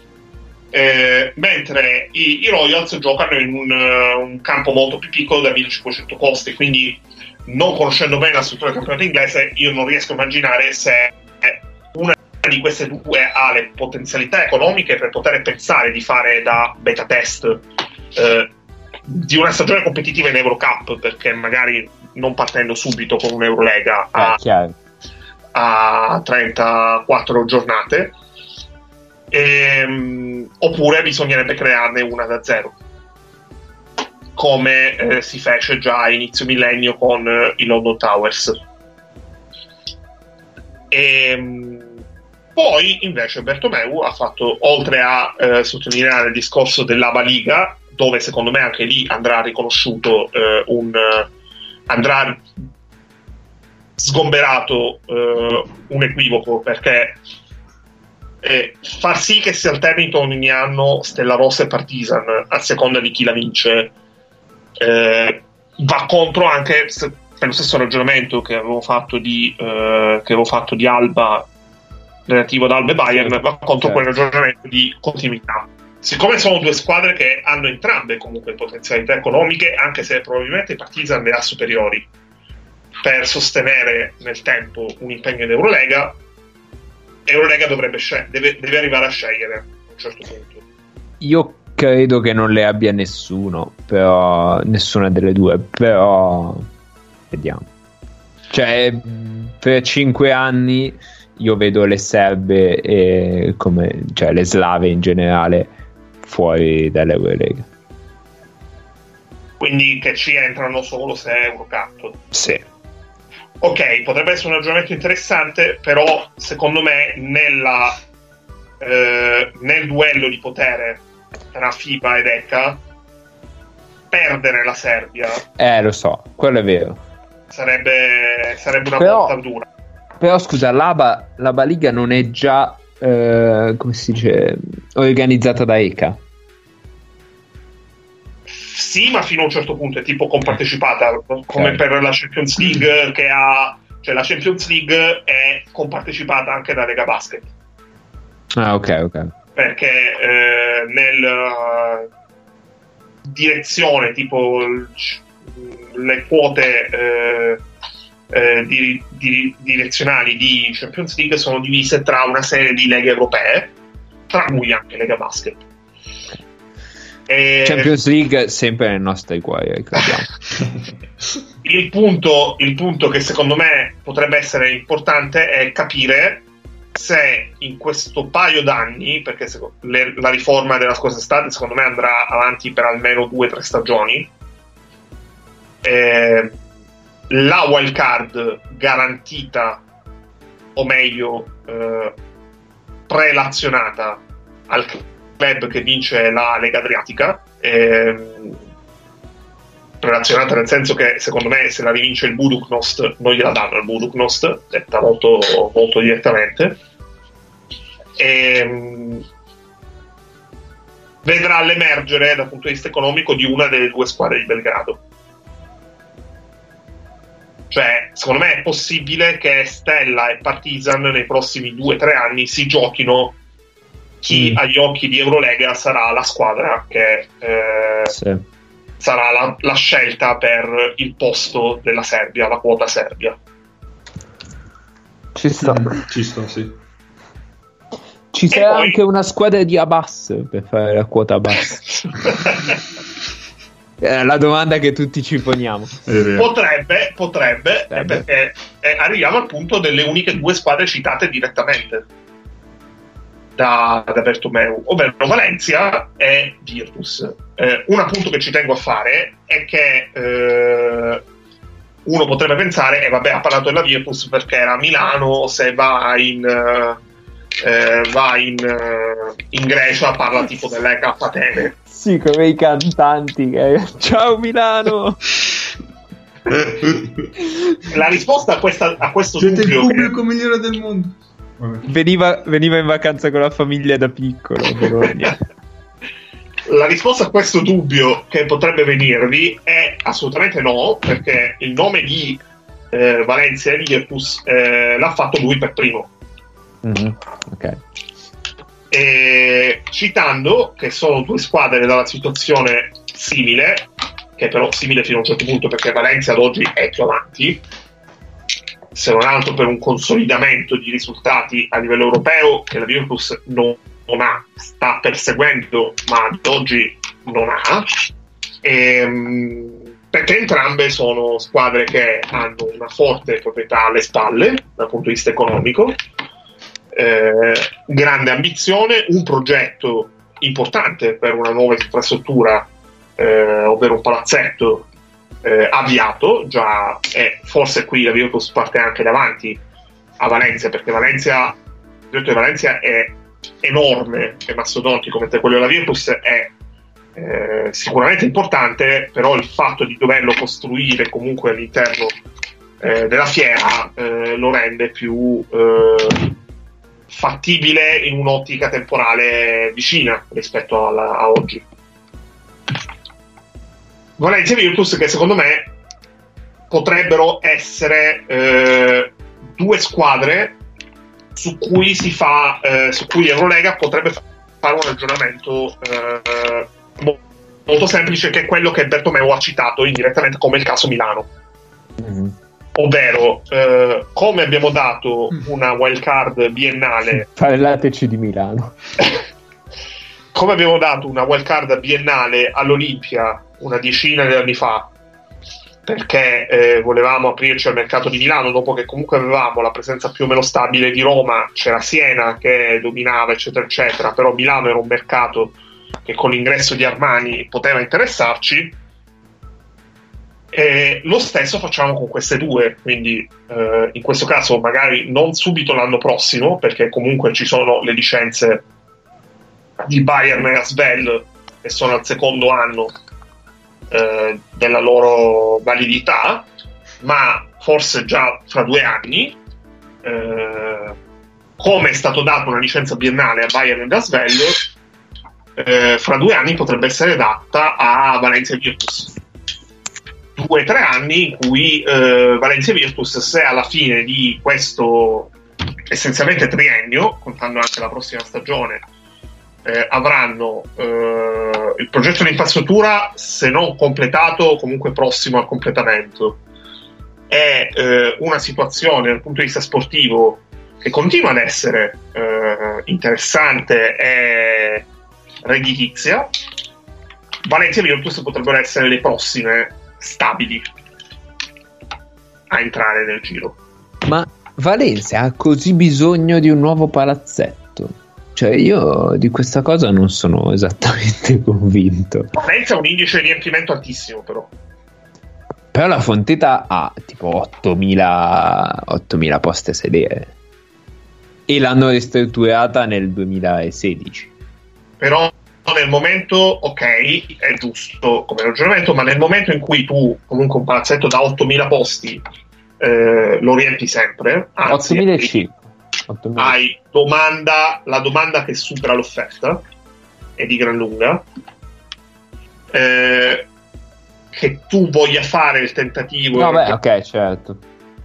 S3: Mentre i Royals giocano in un campo molto più piccolo da 1.500 posti, quindi non conoscendo bene la struttura del campionato inglese, io non riesco a immaginare se una di queste due ha le potenzialità economiche per poter pensare di fare da beta test di una stagione competitiva in Eurocup, perché magari non partendo subito con un'Eurolega a 34 giornate, oppure bisognerebbe crearne una da zero, come si fece già a inizio millennio con i London Towers. Poi invece Bertomeu ha fatto, oltre a sottolineare il discorso dell'Aba Liga, dove secondo me anche lì andrà riconosciuto andrà sgomberato un equivoco, perché far sì che si alterni ogni anno Stella Rossa e Partizan a seconda di chi la vince va contro anche per lo stesso ragionamento che avevo fatto di Alba, relativo ad Alba e Bayern, va contro quel ragionamento di continuità. Siccome sono due squadre che hanno entrambe comunque potenzialità economiche, anche se probabilmente Partizan le ha superiori per sostenere nel tempo un impegno in Eurolega deve arrivare a scegliere a un certo punto.
S2: Io credo che non le abbia nessuno, però nessuna delle due, però vediamo. Cioè, per 5 anni io vedo le serbe e cioè le slave in generale fuori dall'Eurolega.
S3: Quindi che ci entrano solo se è Eurocup.
S2: Sì.
S3: Ok, potrebbe essere un ragionamento interessante, però secondo me nel duello di potere tra FIBA ed ECA, perdere la Serbia
S2: lo so, quello è vero,
S3: sarebbe una botta dura.
S2: Però scusa, l'ABA Liga non è già come si dice, organizzata da ECA?
S3: Sì, ma fino a un certo punto è tipo compartecipata, come per la Champions League, cioè la Champions League è compartecipata anche da Lega Basket.
S2: Ah, ok.
S3: Perché nel direzione, tipo le quote direzionali di Champions League sono divise tra una serie di leghe europee, tra cui anche Lega Basket.
S2: Champions League sempre nel nostro cuore, ricordiamo.
S3: Il punto che secondo me potrebbe essere importante è capire se in questo paio d'anni, perché la riforma della scorsa estate secondo me andrà avanti per almeno 2 o 3 stagioni, la wild card garantita, o meglio prelazionata al club che vince la Lega Adriatica, relazionata nel senso che secondo me se la rivince il Budućnost non gliela danno al Budućnost, detta molto, molto direttamente, vedrà l'emergere dal punto di vista economico di una delle due squadre di Belgrado. Cioè, secondo me è possibile che Stella e Partizan nei prossimi 2 o 3 anni si giochino chi agli occhi di Eurolega sarà la squadra che sarà la scelta per il posto della Serbia, la quota Serbia.
S2: Ci sta,
S1: sì.
S2: Ci sarà anche una squadra di Abbas per fare la quota Abbas. La domanda che tutti ci poniamo.
S3: Potrebbe. Perché arriviamo al punto delle uniche due squadre citate direttamente da Bertomeu, ovvero Valencia e Virtus. Un appunto che ci tengo a fare è che uno potrebbe pensare, ha parlato della Virtus perché era a Milano, se va in Grecia parla tipo dell'Eka Atene.
S2: Sì, come i cantanti. Ciao Milano!
S3: La risposta a questo
S1: Siete il
S3: dubbio
S1: pubblico migliore del mondo.
S2: Veniva in vacanza con la famiglia da piccolo.
S3: La risposta a questo dubbio che potrebbe venirvi è assolutamente no, perché il nome di Valencia e Virtus l'ha fatto lui per primo.
S2: Ok.
S3: Citando che sono due squadre dalla situazione simile, che però simile fino a un certo punto perché Valencia ad oggi è più avanti, se non altro per un consolidamento di risultati a livello europeo che la Virtus non ha, sta perseguendo ma ad oggi non ha, perché entrambe sono squadre che hanno una forte proprietà alle spalle dal punto di vista economico, grande ambizione, un progetto importante per una nuova infrastruttura, ovvero un palazzetto avviato già, e forse qui la Virtus parte anche davanti a Valencia, perché il progetto di Valencia è enorme, è mastodontico, mentre quello della Virtus è sicuramente importante, però il fatto di doverlo costruire comunque all'interno della fiera lo rende più fattibile in un'ottica temporale vicina rispetto a oggi. Valencia e Virtus che secondo me potrebbero essere due squadre su cui Eurolega potrebbe fare un ragionamento molto semplice, che è quello che Bertomeu ha citato indirettamente come il caso Milano. Ovvero, come abbiamo dato una wildcard biennale,
S2: parlateci di Milano.
S3: Come abbiamo dato una wildcard biennale all'Olimpia una decina di anni fa, perché volevamo aprirci al mercato di Milano dopo che comunque avevamo la presenza più o meno stabile di Roma, c'era Siena che dominava eccetera eccetera, però Milano era un mercato che con l'ingresso di Armani poteva interessarci. E lo stesso facciamo con queste due, quindi in questo caso magari non subito l'anno prossimo, perché comunque ci sono le licenze di Bayern e Asvel che sono al secondo anno della loro validità, ma forse già fra 2 anni, come è stato dato una licenza biennale a Bayern e Asvel, fra 2 anni potrebbe essere data a Valencia e Virtus. 2-3 anni in cui Valencia e Virtus, se alla fine di questo essenzialmente triennio, contando anche la prossima stagione, avranno il progetto di infrastruttura, se non completato, comunque prossimo al completamento, è una situazione dal punto di vista sportivo che continua ad essere interessante e redditizia. Valencia e Virtus potrebbero essere le prossime stabili a entrare nel giro.
S2: Ma Valencia ha così bisogno di un nuovo palazzetto? Cioè io di questa cosa non sono esattamente convinto.
S3: Valencia ha un indice di riempimento altissimo, però
S2: la Fonteta ha tipo 8.000 posti sedere e l'hanno ristrutturata nel 2016.
S3: Però nel momento, ok, è giusto come ragionamento, ma nel momento in cui tu comunque un palazzetto da 8.000 posti lo riempi sempre, anzi
S2: 8.500.
S3: Hai la domanda che supera l'offerta, e di gran lunga, che tu voglia fare il tentativo,
S2: no, beh, ok, certo,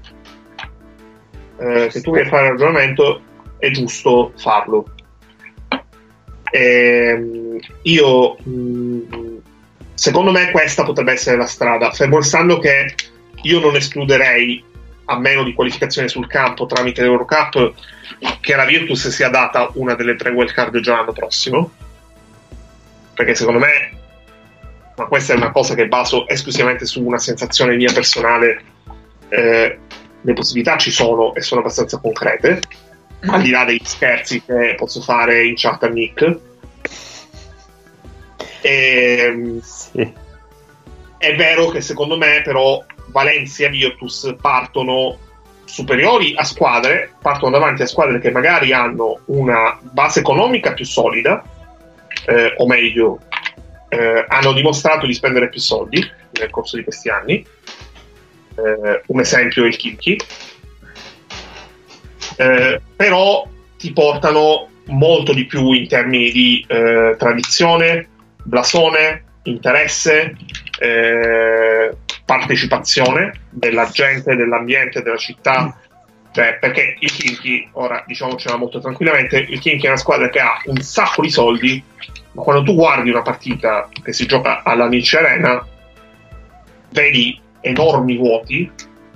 S3: che tu voglia fare il ragionamento, è giusto farlo. Io secondo me questa potrebbe essere la strada, fermo restando che io non escluderei, a meno di qualificazione sul campo tramite l'Eurocup, che alla Virtus sia data una delle 3 wildcard già l'anno prossimo, perché secondo me ma questa è una cosa che baso esclusivamente su una sensazione mia personale, le possibilità ci sono e sono abbastanza concrete, al di là degli scherzi che posso fare in chat a Nick.
S2: Sì.
S3: È vero che secondo me però Valencia e Virtus partono superiori a squadre, partono davanti a squadre che magari hanno una base economica più solida, o meglio hanno dimostrato di spendere più soldi nel corso di questi anni. Un esempio è il Khimki, però ti portano molto di più in termini di tradizione, blasone, interesse, partecipazione della gente, dell'ambiente, della città. Cioè, perché il Khimki, ora diciamocela molto tranquillamente, il Khimki è una squadra che ha un sacco di soldi, ma quando tu guardi una partita che si gioca alla Nice Arena vedi enormi vuoti,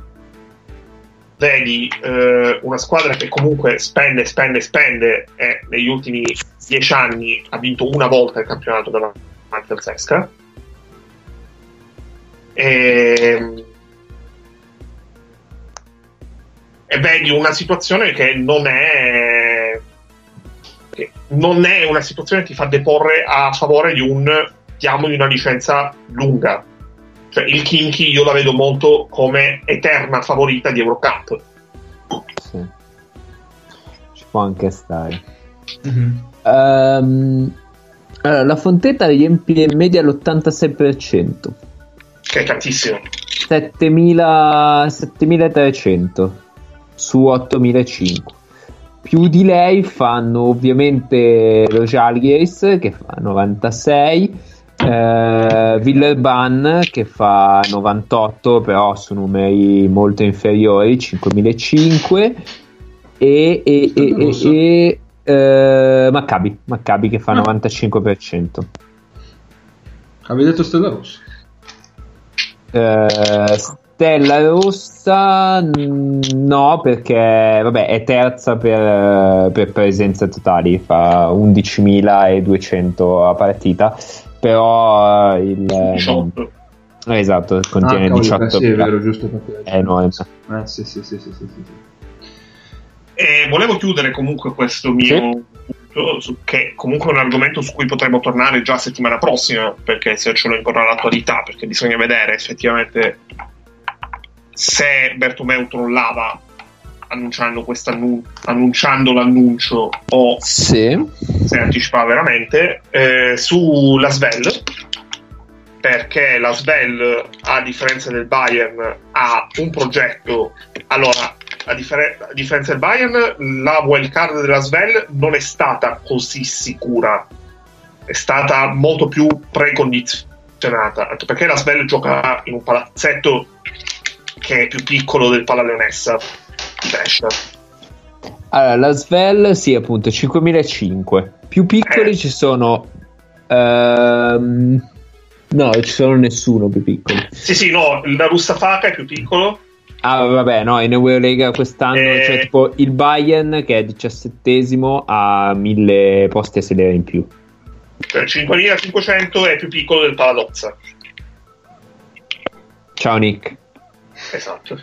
S3: vedi una squadra che comunque spende e negli ultimi 10 anni ha vinto una volta il campionato davanti al Sesca, e vedi una situazione che non è una situazione che ti fa deporre a favore di diamogli una licenza lunga. Cioè, il Khimki io la vedo molto come eterna favorita di Eurocup.
S2: Sì. Ci può anche stare.
S1: Mm-hmm.
S2: Allora, la Fonteta riempie in media l'86%,
S3: che è tantissimo.
S2: 7.300 su 8.500. Più di lei fanno ovviamente lo Žalgiris che fa 96, Villeurbanne che fa 98, però su numeri molto inferiori, 5.500, e Maccabi che fa 95%.
S1: Avevi detto Stella Rossa?
S2: Stella Rossa no, perché vabbè è terza per presenze totali, fa 11.200 a partita, però il
S3: 18.
S2: esatto, contiene 18.
S1: Sì, è vero, giusto,
S2: è enorme.
S1: Sì.
S3: E volevo chiudere comunque questo mio punto, che comunque è un argomento su cui potremo tornare già settimana prossima, perché se ce lo imporrà l'attualità, perché bisogna vedere effettivamente se Bertomeu trollava annunciando l'annuncio o
S2: Sì.
S3: se anticipava veramente, su la Svel, perché la Svel, a differenza del Bayern, ha un progetto. Allora, a differenza del Bayern, la wildcard della Svel non è stata così sicura, è stata molto più precondizionata, anche perché la Svel gioca in un palazzetto che è più piccolo del Pala Leonessa di Brescia.
S2: Allora, la Svel sì, appunto 5.500. Più piccoli ci sono no, ci sono nessuno più piccoli.
S3: Sì, no, la Rustafaca è più piccolo.
S2: Ah, vabbè, no, in Eurolega quest'anno c'è tipo il Bayern che è 17esimo, a 1.000 posti a sedere in più.
S3: Cioè 5.500 è più piccolo del Paladozza.
S2: Ciao Nick.
S3: Esatto.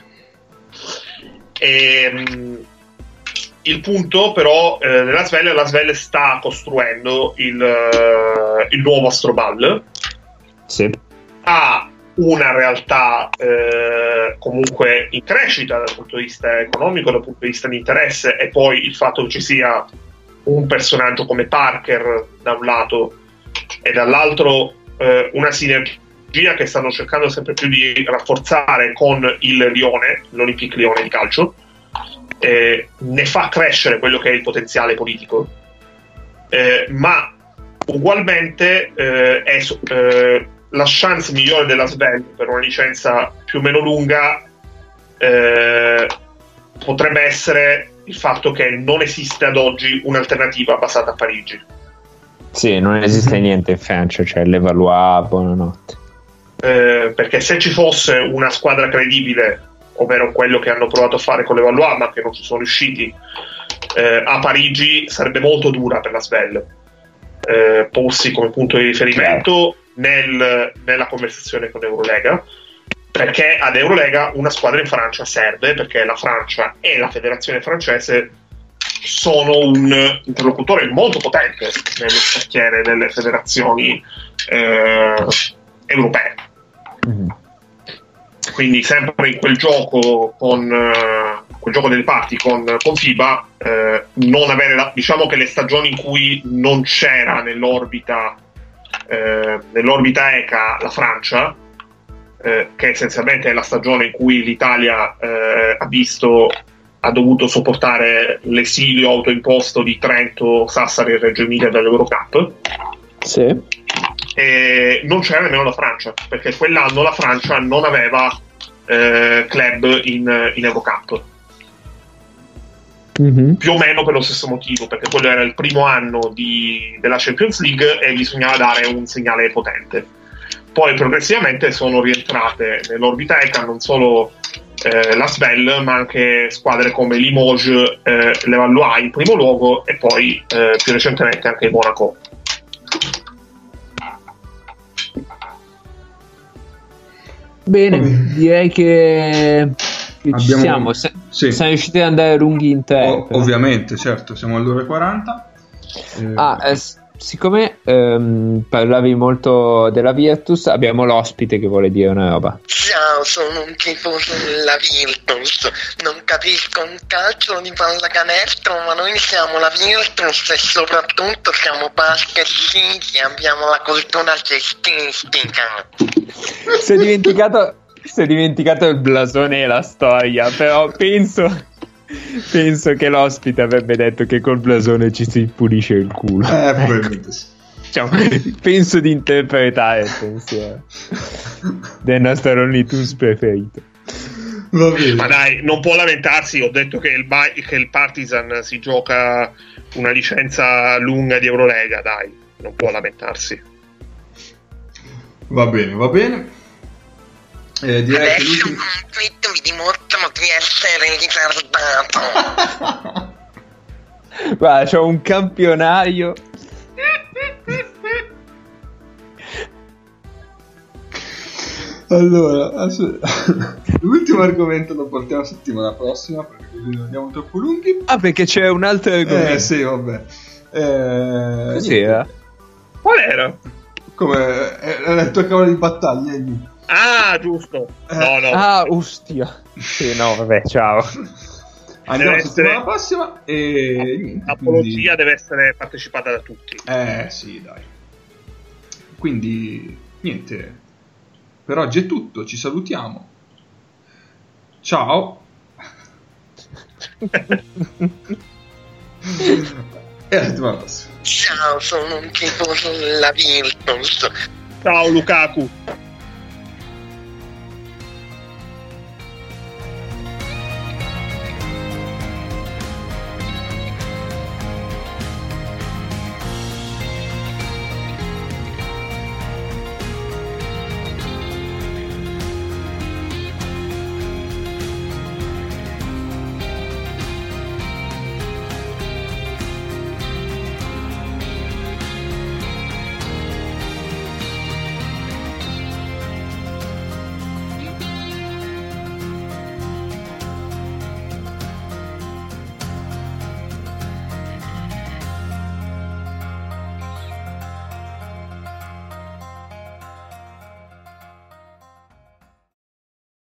S3: Il punto però della Svel, la Svel sta costruendo il nuovo Astrobal.
S2: Sì.
S3: Ha una realtà comunque in crescita dal punto di vista economico, dal punto di vista di interesse, e poi il fatto che ci sia un personaggio come Parker da un lato e dall'altro una sinergia che stanno cercando sempre più di rafforzare con il Lione, l'Olympique Lione di calcio, ne fa crescere quello che è il potenziale politico, ma ugualmente la chance migliore della Svel per una licenza più o meno lunga potrebbe essere il fatto che non esiste ad oggi un'alternativa basata a Parigi.
S2: Sì, non esiste niente in Francia, cioè Levallois, buonanotte.
S3: Perché se ci fosse una squadra credibile, ovvero quello che hanno provato a fare con Levallois ma che non ci sono riusciti, a Parigi sarebbe molto dura per la Svel porsi come punto di riferimento nella conversazione con Eurolega, perché ad Eurolega una squadra in Francia serve, perché la Francia e la federazione francese sono un interlocutore molto potente nelle scacchiere delle federazioni europee. Quindi sempre in quel gioco quel gioco delle parti con FIBA, non avere diciamo che le stagioni in cui non c'era nell'orbita ECA la Francia, che essenzialmente è la stagione in cui l'Italia ha dovuto sopportare l'esilio autoimposto di Trento, Sassari e Reggio Emilia dall'Eurocup.
S2: Sì.
S3: E non c'era nemmeno la Francia, perché quell'anno la Francia non aveva club in Eurocup. Più o meno per lo stesso motivo, perché quello era il primo anno della Champions League e bisognava dare un segnale potente. Poi progressivamente sono rientrate nell'orbita ECA non solo la Svel, ma anche squadre come Limoges, Levallois in primo luogo, e poi più recentemente anche Monaco.
S2: Bene, direi che ci siamo. Sì. Siamo riusciti ad andare lunghi in tre.
S1: Ovviamente, certo, siamo all'ora 40.
S2: Siccome parlavi molto della Virtus, abbiamo l'ospite che vuole dire una roba.
S4: Ciao, sono un tifoso della Virtus. Non capisco un calcio di pallacanestro, ma noi siamo la Virtus e soprattutto siamo Basket City, abbiamo la cultura cestistica.
S2: Si è dimenticato il blasone e la storia, però penso che l'ospite avrebbe detto che col blasone ci si pulisce il culo.
S1: Probabilmente sì.
S2: Penso di interpretare il pensiero del nostro Looney Tunes preferito.
S1: Va bene.
S3: Ma dai, non può lamentarsi. Ho detto che il Partizan si gioca una licenza lunga di Eurolega, dai, non può lamentarsi.
S1: Va bene. Direi
S4: adesso
S1: che
S4: un tweet vi dimostrano di essere ritardato.
S2: Guarda, c'ho un campionario.
S1: Allora, l'ultimo argomento lo portiamo settimana prossima, perché così non andiamo troppo lunghi.
S2: Perché c'è un altro argomento.
S1: Sì, vabbè.
S2: Cos'era?
S3: Qual era?
S1: Come la tua cavola di battaglia.
S3: Ah, giusto. No.
S2: Ah, ostia. Sì, no, vabbè, ciao.
S1: Andiamo la settimana prossima e niente.
S3: L'apologia deve essere partecipata da tutti.
S1: Sì, dai. Quindi, niente. Per oggi è tutto, ci salutiamo. Ciao. E alla settimana prossima.
S4: Ciao, sono un tifoso della Virtus.
S3: Ciao Lukaku.